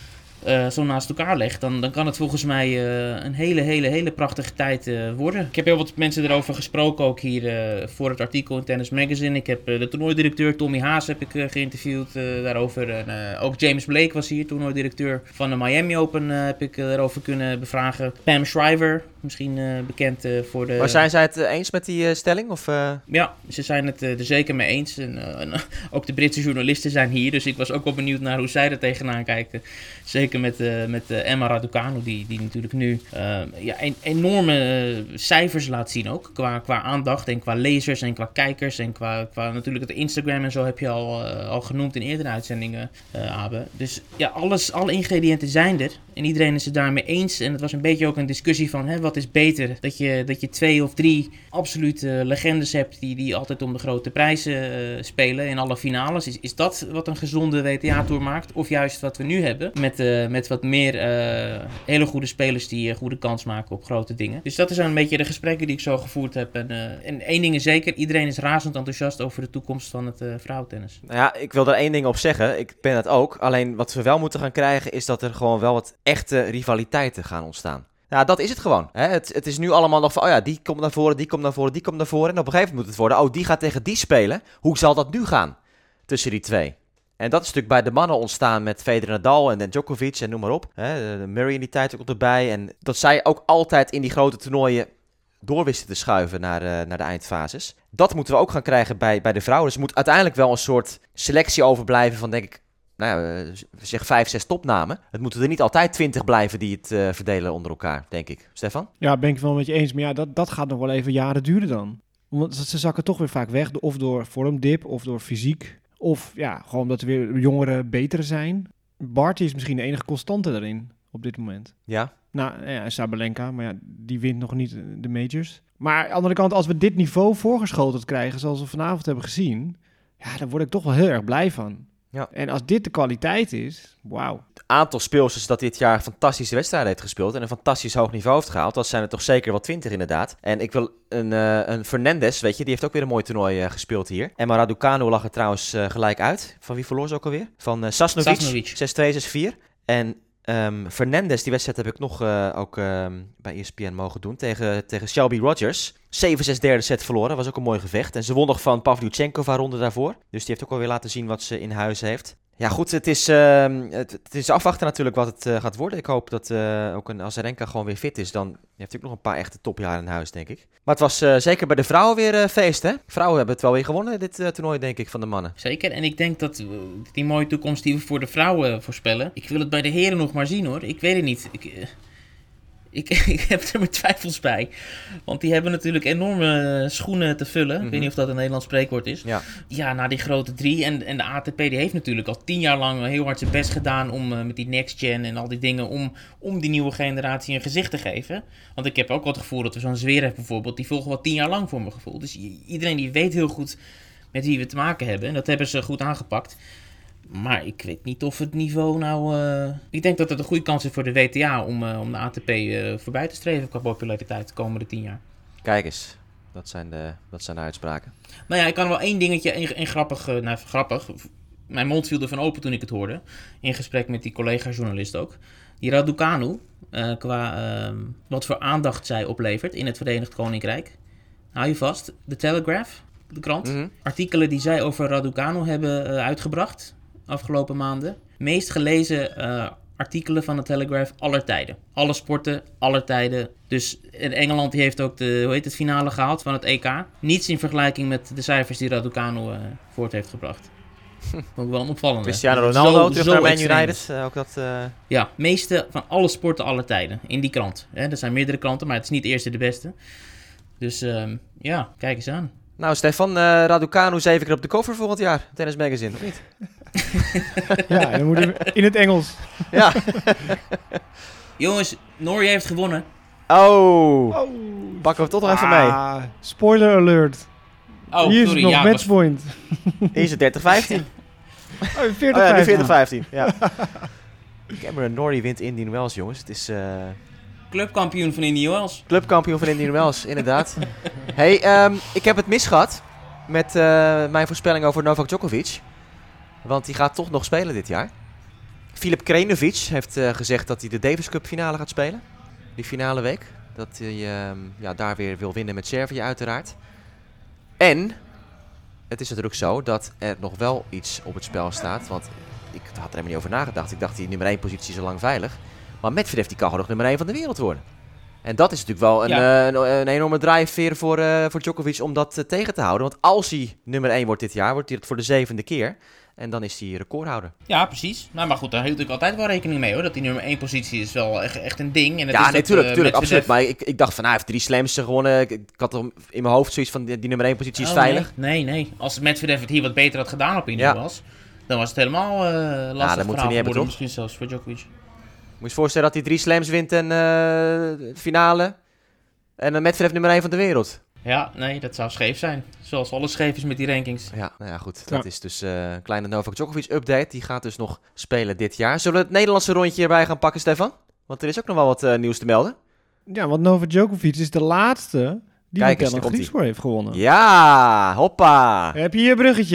uh, zo naast elkaar legt, dan, dan kan het volgens mij uh, een hele, hele, hele prachtige tijd uh, worden. Ik heb heel wat mensen erover gesproken, ook hier uh, voor het artikel in Tennis Magazine. Ik heb uh, de toernooidirecteur Tommy Haas heb ik, uh, geïnterviewd uh, daarover. En uh, ook James Blake was hier, toernooidirecteur van de Miami Open, uh, heb ik uh, daarover kunnen bevragen. Pam Shriver, misschien uh, bekend uh, voor de... Maar zijn zij het uh, eens met die uh, stelling? Of, uh... Ja, ze zijn het uh, er zeker mee eens. En, uh, en uh, ook de Britse journalisten zijn hier, dus ik was ook wel benieuwd naar hoe zij er tegenaan kijken. Zeker met, uh, met uh, Emma Raducanu, die, die natuurlijk nu uh, ja, een, enorme uh, cijfers laat zien ook. Qua, qua aandacht en qua lezers en qua kijkers en qua, qua natuurlijk het Instagram en zo heb je al, uh, al genoemd in eerdere uitzendingen, uh, Abe. Dus ja, alles, alle ingrediënten zijn er. En iedereen is het daarmee eens. En het was een beetje ook een discussie van, hè, wat is beter? Dat je, dat je twee of drie absolute legendes hebt die, die altijd om de grote prijzen uh, spelen in alle finales. Is, is dat wat een gezonde W T A-tour maakt? Of juist wat we nu hebben met, uh, met wat meer uh, hele goede spelers die uh, goede kans maken op grote dingen. Dus dat zijn een beetje de gesprekken die ik zo gevoerd heb. En, uh, en één ding is zeker, iedereen is razend enthousiast over de toekomst van het uh, vrouwentennis. Nou ja, ik wil er één ding op zeggen. Ik ben het ook. Alleen wat we wel moeten gaan krijgen is dat er gewoon wel wat echte rivaliteiten gaan ontstaan. Ja, dat is het gewoon. Hè? Het, het is nu allemaal nog van, oh ja, die komt naar voren, die komt naar voren, die komt naar voren. En op een gegeven moment moet het worden, oh, die gaat tegen die spelen. Hoe zal dat nu gaan tussen die twee? En dat is natuurlijk bij de mannen ontstaan met Federer, Nadal en, en Djokovic en noem maar op. Hè? Murray in die tijd ook erbij. En dat zij ook altijd in die grote toernooien door wisten te schuiven naar, uh, naar de eindfases. Dat moeten we ook gaan krijgen bij, bij de vrouwen. Dus er moet uiteindelijk wel een soort selectie overblijven van, denk ik, nou ja, zeg vijf, zes topnamen. Het moeten er niet altijd twintig blijven die het uh, verdelen onder elkaar, denk ik. Stefan? Ja, ben ik wel met je eens. Maar ja, dat, dat gaat nog wel even jaren duren dan. Want ze zakken toch weer vaak weg. Of door vormdip, of door fysiek. Of ja, gewoon dat er weer jongeren beter zijn. Barty is misschien de enige constante daarin op dit moment. Ja. Nou ja, Sabalenka, maar ja, die wint nog niet de majors. Maar aan de andere kant, als we dit niveau voorgeschoteld krijgen, zoals we vanavond hebben gezien, ja, dan word ik toch wel heel erg blij van. Ja. En als dit de kwaliteit is, wauw. Het aantal speelsters dat dit jaar fantastische wedstrijden heeft gespeeld en een fantastisch hoog niveau heeft gehaald, dat zijn er toch zeker wel twintig inderdaad. En ik wil een, uh, een Fernandez, weet je, die heeft ook weer een mooi toernooi uh, gespeeld hier. Emma Raducanu lag er trouwens uh, gelijk uit. Van wie verloor ze ook alweer? Van uh, Sasnovic, Sasnovic. zes twee, zes vier. En um, Fernandez, die wedstrijd heb ik nog uh, ook uh, bij E S P N mogen doen tegen, tegen Shelby Rogers. zeven zes derde set verloren, was ook een mooi gevecht. En ze won nog van Pavlyuchenkova ronde daarvoor. Dus die heeft ook alweer laten zien wat ze in huis heeft. Ja goed, het is, uh, het, het is afwachten natuurlijk wat het uh, gaat worden. Ik hoop dat uh, ook een Azarenka gewoon weer fit is. Dan heeft hij ook nog een paar echte topjaren in huis, denk ik. Maar het was uh, zeker bij de vrouwen weer uh, feest, hè? Vrouwen hebben het wel weer gewonnen, dit uh, toernooi, denk ik, van de mannen. Zeker, en ik denk dat uh, die mooie toekomst die we voor de vrouwen voorspellen, ik wil het bij de heren nog maar zien, hoor. Ik weet het niet. Ik... Uh... Ik, ik heb er mijn twijfels bij. Want die hebben natuurlijk enorme schoenen te vullen. Mm-hmm. Ik weet niet of dat een Nederlands spreekwoord is. Ja, ja na die grote drie. En, en de A T P die heeft natuurlijk al tien jaar lang heel hard zijn best gedaan om uh, met die next gen en al die dingen om, om die nieuwe generatie een gezicht te geven. Want ik heb ook wel het gevoel dat we zo'n Zverev bijvoorbeeld, die volgen wel tien jaar lang voor mijn gevoel. Dus iedereen die weet heel goed met wie we te maken hebben. En dat hebben ze goed aangepakt. Maar ik weet niet of het niveau nou... Uh... Ik denk dat het een goede kans is voor de W T A om, uh, om de A T P uh, voorbij te streven qua populariteit de komende tien jaar. Kijk eens. Dat zijn de, dat zijn de uitspraken. Nou ja, ik kan wel één dingetje, één, één grappig... Uh, nou, grappig. Mijn mond viel ervan open toen ik het hoorde. In gesprek met die collega-journalist ook. Die Raducanu, uh, qua uh, wat voor aandacht zij oplevert in het Verenigd Koninkrijk. Hou je vast. De Telegraph, de krant. Mm-hmm. Artikelen die zij over Raducanu hebben uh, uitgebracht... afgelopen maanden. Meest gelezen uh, artikelen van de Telegraph aller tijden. Alle sporten, aller tijden. Dus in Engeland die heeft ook de hoe heet het, finale gehaald van het E K. Niets in vergelijking met de cijfers die Raducanu uh, voort heeft gebracht. Hm. Ook wel een opvallende. Cristiano Ronaldo terug naar Man United. Uh, ook dat, uh... Ja, meeste van alle sporten aller tijden. In die krant. Hè, er zijn meerdere kranten, maar het is niet de eerste de beste. Dus uh, ja, kijk eens aan. Nou, Stefan, uh, Raducanu zeven keer op de cover volgend jaar. Tennis Magazine, of niet? Ja, dan moeten we in het Engels. Ja. Jongens, Norrie heeft gewonnen. Oh. oh. Pakken we toch nog ah, even mee. Spoiler alert. Oh, Hier sorry. is nog ja, matchpoint. Was... Hier is het dertig vijftien. Oh, veertig vijftien. Oh, ja, veertig vijftien. Ja. Cameron Norrie wint Indian Wells, jongens. Het is... Uh... Clubkampioen van Indian Wells. Clubkampioen van Indian Wells, inderdaad. Hey, um, ik heb het misgehad met uh, mijn voorspelling over Novak Djokovic. Want die gaat toch nog spelen dit jaar. Filip Krajinovic heeft uh, gezegd dat hij de Davis Cup finale gaat spelen. Die finale week. Dat hij uh, ja, daar weer wil winnen met Servië uiteraard. En het is natuurlijk zo dat er nog wel iets op het spel staat. Want ik had er helemaal niet over nagedacht. Ik dacht die nummer één positie is al lang veilig. Maar Medvedev die kan gewoon nog nummer één van de wereld worden. En dat is natuurlijk wel een, ja. uh, een, een enorme drijfveer voor, uh, voor Djokovic om dat uh, tegen te houden. Want als hij nummer één wordt dit jaar, wordt hij het voor de zevende keer. En dan is hij recordhouder. Ja, precies. Nou, maar goed, daar hield ik altijd wel rekening mee, hoor. Dat die nummer één positie is wel echt, echt een ding. En het ja, is natuurlijk, dat, uh, absoluut. Maar ik, ik dacht van, nou, hij heeft drie slams gewonnen. Ik, ik had er in mijn hoofd zoiets van, die, die nummer één positie is oh, veilig. Nee, nee, nee. Als Medvedev het hier wat beter had gedaan op Indian ja. was, dan was het helemaal uh, lastig ja, dat moet hij niet hebben, toch? Misschien zelfs voor Djokovic. Moet je je voorstellen dat hij drie slams wint en uh, de finale. En dan Medvedev nummer één van de wereld. Ja, nee, dat zou scheef zijn. Zoals alles scheef is met die rankings. Ja, nou ja, goed. Dat ja. is dus uh, een kleine Novak Djokovic update. Die gaat dus nog spelen dit jaar. Zullen we het Nederlandse rondje erbij gaan pakken, Stefan? Want er is ook nog wel wat uh, nieuws te melden. Ja, want Novak Djokovic is de laatste die Kijk, Michaela Griekspoor heeft gewonnen. Ja, hoppa. Heb je hier een bruggetje?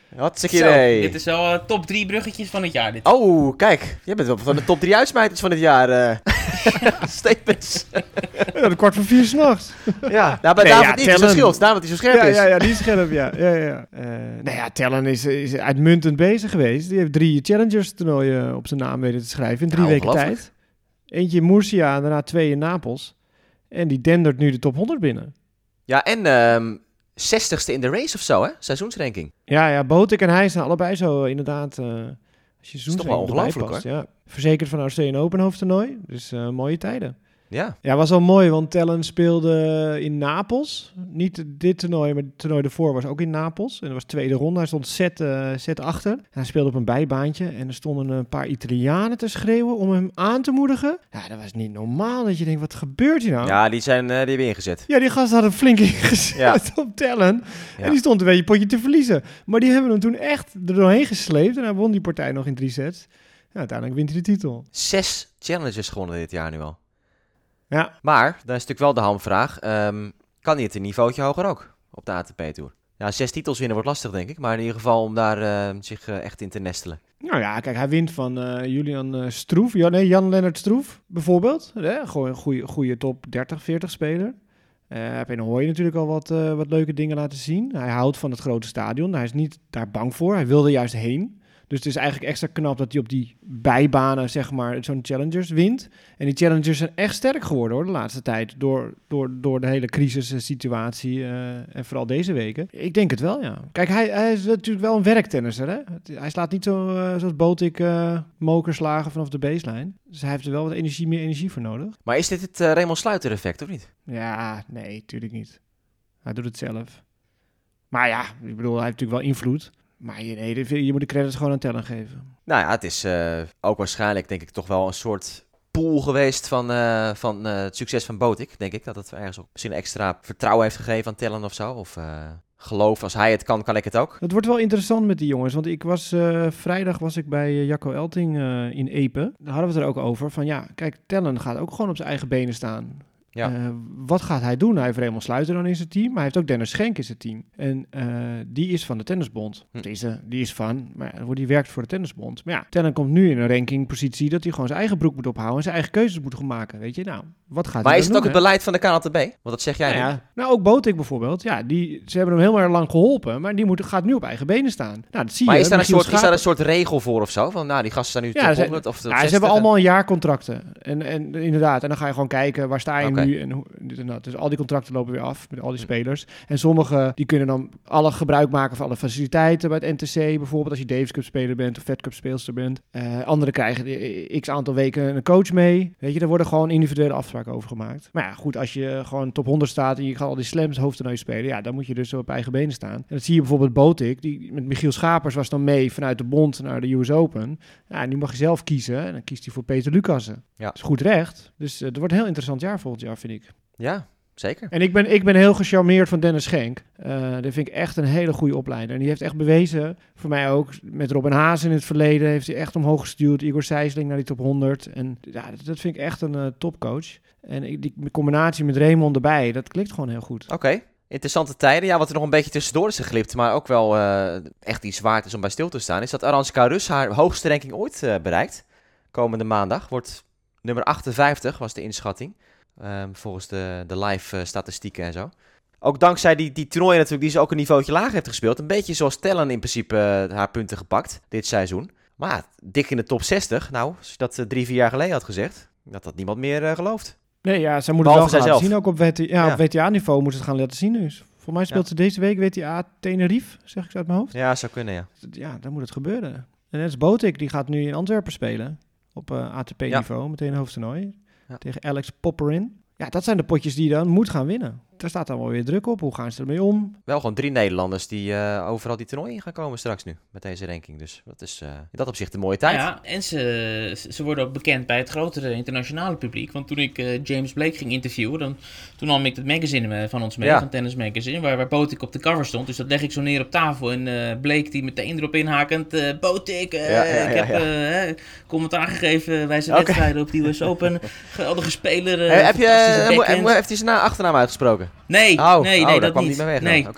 Hartstikke idee. Dit is wel uh, top drie bruggetjes van het jaar. Dit. Oh, kijk. Jij bent wel van de top drie uitsmijters van het jaar. Uh. Statements. Ja, de kwart voor vier s'nachts. Ja, nou, bij nee, David ja, niet. Dat is een schild. Daarom dat hij zo scherp ja, is. Ja, ja, die is scherp, ja. ja, ja. Uh, nou ja, Tellen is, is uitmuntend bezig geweest. Die heeft drie Challengers toernooien op zijn naam weten te schrijven in drie nou, weken tijd. Eentje in Murcia en daarna twee in Napels. En die dendert nu de top honderd binnen. Ja, en um, zestigste in de race of zo, hè? Seizoensranking. Ja, ja, Botik en hij zijn allebei zo uh, inderdaad... Uh, als je dat is toch wel ongelooflijk, past, hoor. Ja. Verzekerd van Australian Open hoofdtoernooi. Dus uh, mooie tijden. Ja. Ja, was wel mooi, want Tellen speelde in Napels. Niet dit toernooi, maar het toernooi ervoor was ook in Napels. En dat was de tweede ronde. Hij stond set, uh, set achter. En hij speelde op een bijbaantje. En er stonden een paar Italianen te schreeuwen om hem aan te moedigen. Ja, dat was niet normaal. Dat je denkt, wat gebeurt hier nou? Ja, die, zijn, uh, die hebben ingezet. Ja, die gast had een flink ingezet ja. op Tellen. Ja. En die stond een beetje potje te verliezen. Maar die hebben hem toen echt er doorheen gesleept. En hij won die partij nog in drie sets. Ja, uiteindelijk wint hij de titel. Zes challenges gewonnen dit jaar nu al. Ja. Maar, dan is natuurlijk wel de hamvraag. Um, kan hij het een niveautje hoger ook op de A T P-tour? Ja, zes titels winnen wordt lastig, denk ik. Maar in ieder geval om daar uh, zich uh, echt in te nestelen. Nou ja, kijk, hij wint van uh, Julian uh, Stroef. Ja, nee, Jan-Lennart Stroef, bijvoorbeeld. Ja, gewoon een goede, goede top dertig, veertig speler. Uh, heb in Hooy natuurlijk al wat, uh, wat leuke dingen laten zien. Hij houdt van het grote stadion. Hij is niet daar bang voor. Hij wilde juist heen. Dus het is eigenlijk extra knap dat hij op die bijbanen, zeg maar, zo'n Challengers wint. En die Challengers zijn echt sterk geworden, hoor, de laatste tijd. Door, door, door de hele crisissituatie uh, en vooral deze weken. Ik denk het wel, ja. Kijk, hij, hij is natuurlijk wel een werktennisser, hè. Hij slaat niet zo, uh, zoals Botik uh, mokerslagen vanaf de baseline. Dus hij heeft er wel wat energie, meer energie voor nodig. Maar is dit het uh, Raymond Sluiter effect, of niet? Ja, nee, natuurlijk niet. Hij doet het zelf. Maar ja, ik bedoel, hij heeft natuurlijk wel invloed. Maar je, nee, je moet de credits gewoon aan Tellen geven. Nou ja, het is uh, ook waarschijnlijk denk ik toch wel een soort pool geweest van, uh, van uh, het succes van Botik. Denk ik dat het ergens ook misschien extra vertrouwen heeft gegeven aan Tellen of zo. Of uh, geloof, als hij het kan, kan ik het ook. Het wordt wel interessant met die jongens. Want ik was uh, vrijdag was ik bij uh, Jacco Elting uh, in Epe. Daar hadden we het er ook over. Van ja, kijk, Tellen gaat ook gewoon op zijn eigen benen staan. Ja. Uh, wat gaat hij doen? Hij heeft Raymond Sluiter dan in zijn team, maar hij heeft ook Dennis Schenk in zijn team. En uh, die is van de Tennisbond. Hm. Deze, die is van, maar die werkt voor de Tennisbond. Maar ja, Tellen komt nu in een rankingpositie dat hij gewoon zijn eigen broek moet ophouden en zijn eigen keuzes moet gaan maken. Weet je, nou, wat gaat maar hij is het doen, ook het beleid van de K N L T B? Want dat zeg jij nou, nu. Ja, nou, ook Botik bijvoorbeeld. Ja, die, ze hebben hem heel erg lang geholpen, maar die moet, gaat nu op eigen benen staan. Nou, dat zie maar je. Is daar, een soort, Schapen... is daar een soort regel voor of zo? Van, nou, die gasten staan nu ja, top honderd of ja, ze hebben allemaal een jaarcontracten. En, en inderdaad, en dan ga je gewoon kijken, waar sta je okay. nu en hoe... Dus al die contracten lopen weer af met al die spelers. En sommigen die kunnen dan alle gebruik maken van alle faciliteiten bij het N T C. Bijvoorbeeld als je Davis Cup speler bent of Fed Cup speelster bent. Uh, anderen krijgen x aantal weken een coach mee. Weet je, er worden gewoon individuele afspraken over gemaakt. Maar ja, goed, als je gewoon top honderd staat en je gaat al die slams hoofdtoernooi spelen, ja, dan moet je dus op eigen benen staan. En dat zie je bijvoorbeeld Botik, die met Michiel Schapers was dan mee vanuit de bond naar de U S Open. Ja, en die mag je zelf kiezen. En dan kiest hij voor Peter Lucassen. Ja. Dat is goed recht. Dus uh, het wordt een heel interessant jaar volgend jaar, vind ik. Ja. Zeker. En ik ben, ik ben heel gecharmeerd van Dennis Schenk. Uh, dat vind ik echt een hele goede opleider. En die heeft echt bewezen, voor mij ook, met Robin Haas in het verleden, heeft hij echt omhoog gestuurd. Igor Sijsling naar die top honderd. En ja, dat, dat vind ik echt een uh, topcoach. En ik, die combinatie met Raymond erbij, dat klikt gewoon heel goed. Oké. Okay. Interessante tijden. Ja, wat er nog een beetje tussendoor is geglipt, maar ook wel uh, echt iets waard is om bij stil te staan, is dat Aranska Rus haar hoogste ranking ooit uh, bereikt. Komende maandag wordt nummer achtenvijftig, was de inschatting. Um, volgens de, de live uh, statistieken en zo. Ook dankzij die, die toernooien natuurlijk, die ze ook een niveautje lager heeft gespeeld. Een beetje zoals Tellen in principe uh, haar punten gepakt dit seizoen. Maar dik in de top zestig. Nou, als je dat uh, drie, vier jaar geleden had gezegd, dat had niemand meer uh, gelooft. Nee, ja, ze moet het wel gaan laten zien. Ook op, W T A, ja, ja. op W T A-niveau moet ze het gaan laten zien nu. Volgens mij speelt ja. ze deze week W T A Tenerife, zeg ik zo uit mijn hoofd. Ja, zou kunnen, ja. Ja, dan moet het gebeuren. En net als Botik, die gaat nu in Antwerpen spelen. Op uh, A T P-niveau, ja. meteen een hoofdtoernooi. Ja. Tegen Alex Popperin. Ja, dat zijn de potjes die je dan moet gaan winnen. Daar staat dan wel weer druk op. Hoe gaan ze ermee om? Wel gewoon drie Nederlanders die uh, overal die toernooien in gaan komen straks nu. Met deze ranking. Dus dat is uh, in dat opzicht een mooie tijd. Ja, en ze, ze worden ook bekend bij het grotere internationale publiek. Want toen ik uh, James Blake ging interviewen, dan, toen nam ik het magazine van ons mee, ja. van Tennis Magazine, waar, waar Botik op de cover stond. Dus dat leg ik zo neer op tafel. En uh, Blake die meteen erop inhakend. Uh, Botik, uh, ja, ja, ja, ik heb uh, uh, commentaar gegeven bij zijn okay. wedstrijden op de U S Open. Geweldige speler. Uh, hey, heb je, uh, heeft hij zijn achternaam uitgesproken? Nee, oh, nee, oh, nee, dat dat kwam niet. niet meer weg. Nee. Oké. Okay.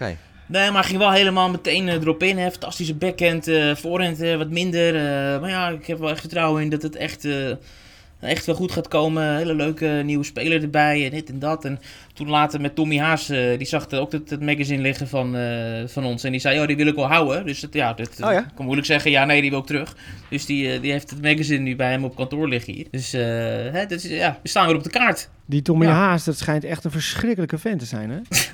Nee, maar ging wel helemaal meteen uh, erop in. Hè. Fantastische backhand, uh, voorhand uh, wat minder. Uh, maar ja, ik heb wel echt vertrouwen in dat het echt, uh, echt wel goed gaat komen. Hele leuke nieuwe speler erbij en dit en dat. En toen later met Tommy Haas, uh, die zag ook het, het magazine liggen van, uh, van ons. En die zei, oh, die wil ik wel houden. Dus het, ja, dat oh, ja? kan moeilijk zeggen, ja, nee, die wil ik terug. Dus die, uh, die heeft het magazine nu bij hem op kantoor liggen hier. Dus uh, hè, dus, ja, we staan weer op de kaart. Die Tommy Ja. Haas, dat schijnt echt een verschrikkelijke vent te zijn, hè?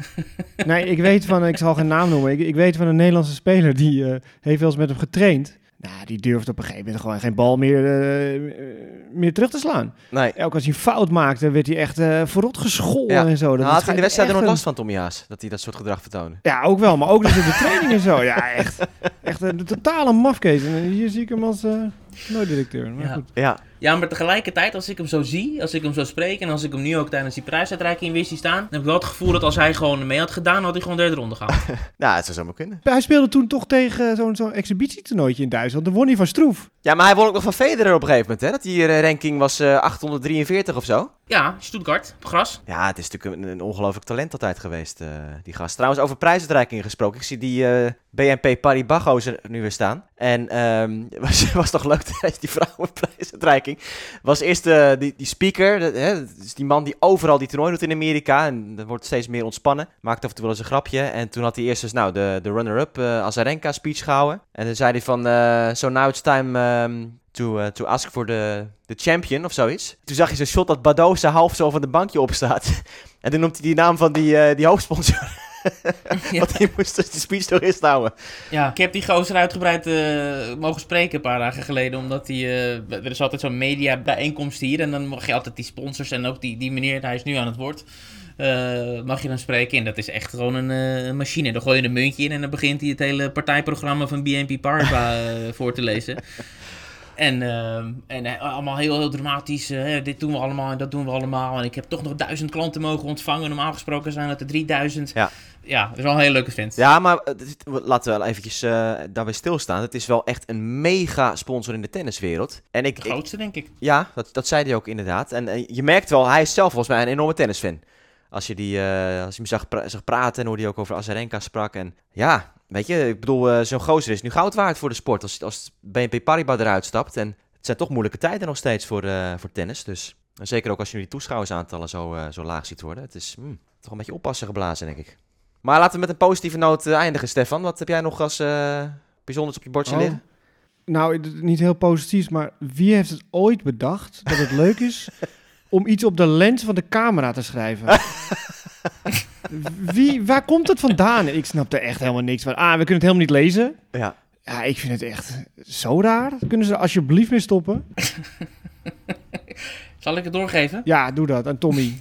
Nee, ik weet van, ik zal geen naam noemen, ik, ik weet van een Nederlandse speler die uh, heeft wel eens met hem getraind. Nou, die durft op een gegeven moment gewoon geen bal meer, uh, meer terug te slaan. Nee. Elke als hij een fout maakte, werd hij echt uh, verrot gescholden Ja. en zo. Dat Nou, had hij in schijnt de wedstrijd er echt nog een- last van, Tommy Haas? Dat hij dat soort gedrag vertoonde? Ja, ook wel, maar ook dus in de training en zo. Ja, echt, echt een totale mafkees. En hier zie ik hem als uh, nooit-directeur. Maar Ja. goed. Ja. Ja, maar tegelijkertijd, als ik hem zo zie, als ik hem zo spreek en als ik hem nu ook tijdens die prijsuitreiking weer zie staan, dan heb ik wel het gevoel dat als hij gewoon mee had gedaan, had hij gewoon derde ronde gehaald. Nou, het zou zomaar kunnen. Hij speelde toen toch tegen zo'n zo'n exhibitietoernooitje in Duitsland. Dan won hij van Stroef. Ja, maar hij won ook nog van Federer op een gegeven moment, hè? Dat die uh, ranking was uh, achthonderddrieënveertig of zo. Ja, Stuttgart, op gras. Ja, het is natuurlijk een, een ongelooflijk talent altijd geweest, uh, die gast. Trouwens, over prijsuitreikingen gesproken. Ik zie die uh, B N P Paribas gozer nu weer staan. En um, was, was toch leuk tijdens die vrouwenprijsuitreiking. Was eerst uh, die, die speaker, de, hè, dat is die man die overal die toernooi doet in Amerika. En dat wordt steeds meer ontspannen. Maakt af en toe wel eens een grapje. En toen had hij eerst dus nou, de, de runner-up uh, Azarenka speech gehouden. En dan zei hij van, uh, so now it's time... Um, To, uh, to ask for the, the champion of zoiets. Toen zag je zo'n shot dat Badoza half zo van de bankje opstaat. En toen noemt hij die naam van die, uh, die hoofdsponsor. Ja. Want hij moest dus die speech nog eerst houden. Ja, ik heb die gozer uitgebreid uh, mogen spreken een paar dagen geleden, omdat hij, uh, er is altijd zo'n media bijeenkomst hier en dan mag je altijd die sponsors en ook die, die meneer, hij is nu aan het woord, uh, mag je dan spreken. En dat is echt gewoon een uh, machine. Dan gooi je een muntje in en dan begint hij het hele partijprogramma van B N P Paribas uh, voor te lezen. En, uh, en uh, allemaal heel, heel dramatisch. Uh, dit doen we allemaal en dat doen we allemaal. En ik heb toch nog duizend klanten mogen ontvangen. Normaal gesproken zijn het er drieduizend. Ja. Ja, dat is wel een hele leuke vent. Ja, maar uh, laten we wel eventjes uh, daarbij stilstaan. Het is wel echt een mega sponsor in de tenniswereld. En ik, De grootste, denk ik. Ja, dat, dat zei hij ook inderdaad. En uh, je merkt wel, hij is zelf volgens mij een enorme tennisfan. Als je, die, uh, als je hem zag, pra- zag praten en hoe hij ook over Azarenka sprak. En ja, weet je, ik bedoel, uh, zo'n gozer is nu goud waard voor de sport. Als, als B N P Paribas eruit stapt. En het zijn toch moeilijke tijden nog steeds voor, uh, voor tennis. Dus en zeker ook als je nu die toeschouwersaantallen zo, uh, zo laag ziet worden. Het is mm, toch een beetje oppassen geblazen, denk ik. Maar laten we met een positieve noot uh, eindigen, Stefan. Wat heb jij nog als uh, bijzonders op je bordje Oh. liggen? Nou, d- niet heel positief, maar wie heeft het ooit bedacht dat het leuk is om iets op de lens van de camera te schrijven? Wie, waar komt het vandaan? Ik snap er echt helemaal niks van. Ah, we kunnen het helemaal niet lezen. Ja. Ja, ik vind het echt zo raar. Kunnen ze er alsjeblieft mee stoppen? Zal ik het doorgeven? Ja, doe dat. En Tommy.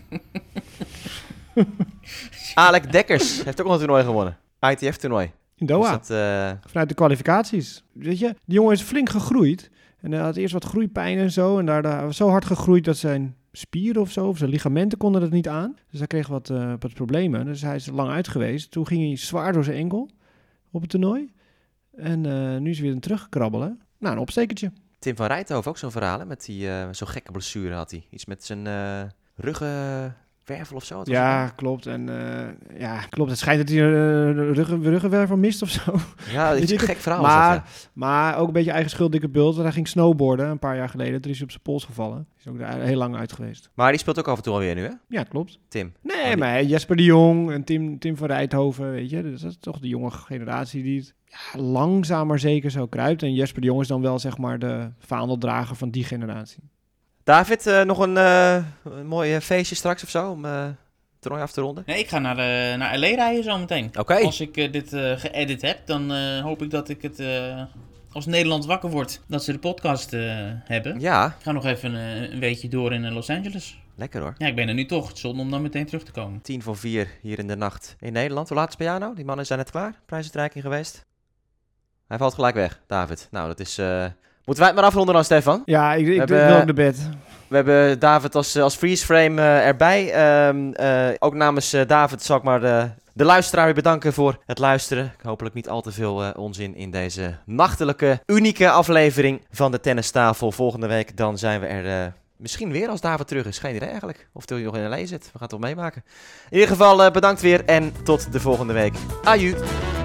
Alec Dekkers heeft ook nog een toernooi gewonnen. I T F-toernooi. In Doha. Dus dat, uh... Vanuit de kwalificaties. Weet je, die jongen is flink gegroeid. En hij had eerst wat groeipijn en zo. En daarna was zo hard gegroeid dat zijn spieren of zo, of zijn ligamenten konden dat niet aan. Dus hij kreeg wat, uh, wat problemen. Dus hij is lang uit geweest. Toen ging hij zwaar door zijn enkel op het toernooi. En uh, nu is hij weer teruggekrabbelen. Nou, een opstekertje. Tim van Rijthoven ook zo'n verhaal, hè? Met die, uh, zo'n gekke blessure had hij. Iets met zijn uh, ruggenwervel of zo. Wat was Ja, het? klopt. En uh, ja, klopt. Het schijnt dat hij een uh, ruggen, ruggenwervel mist of zo. Ja, dat is een Weet gek verhaal. Maar, dat, ja. maar ook een beetje eigen schuld, dikke bult. Want hij ging snowboarden een paar jaar geleden. Toen is hij op zijn pols gevallen. Is ook daar heel lang uit geweest. Maar die speelt ook af en toe alweer nu, hè? Ja, klopt. Tim. Nee, die... maar Jesper de Jong en Tim, Tim van Rijthoven, weet je. Dus dat is toch de jonge generatie die het ja, langzaam maar zeker zo kruipt. En Jesper de Jong is dan wel, zeg maar, de vaandeldrager van die generatie. David, uh, nog een, uh, een mooi feestje straks of zo om uh, het toernooi af te ronden? Nee, ik ga naar, uh, naar L A rijden zometeen. Oké. Okay. Als ik uh, dit uh, geëdit heb, dan uh, hoop ik dat ik het... Uh... als Nederland wakker wordt, dat ze de podcast uh, hebben. Ja. Ik ga nog even uh, een weekje door in uh, Los Angeles. Lekker hoor. Ja, ik ben er nu toch. Zonde om dan meteen terug te komen. Tien voor vier hier in de nacht in Nederland. Hoe laat is het bij jou nou? Die mannen zijn net klaar. Prijsuitreiking geweest. Hij valt gelijk weg, David. Nou, dat is... Uh... Moeten wij het maar afronden dan, Stefan? Ja, ik, ik hebben, wil ook naar bed. We hebben David als, als freeze-frame uh, erbij. Um, uh, ook namens uh, David zal ik maar de, de luisteraar weer bedanken voor het luisteren. Hopelijk niet al te veel uh, onzin in deze nachtelijke, unieke aflevering van de Tennistafel. Volgende week dan zijn we er uh, misschien weer als David terug is. Geen idee eigenlijk. Of hij nog in L A zit. We gaan het toch meemaken. In ieder geval uh, bedankt weer en tot de volgende week. Aju!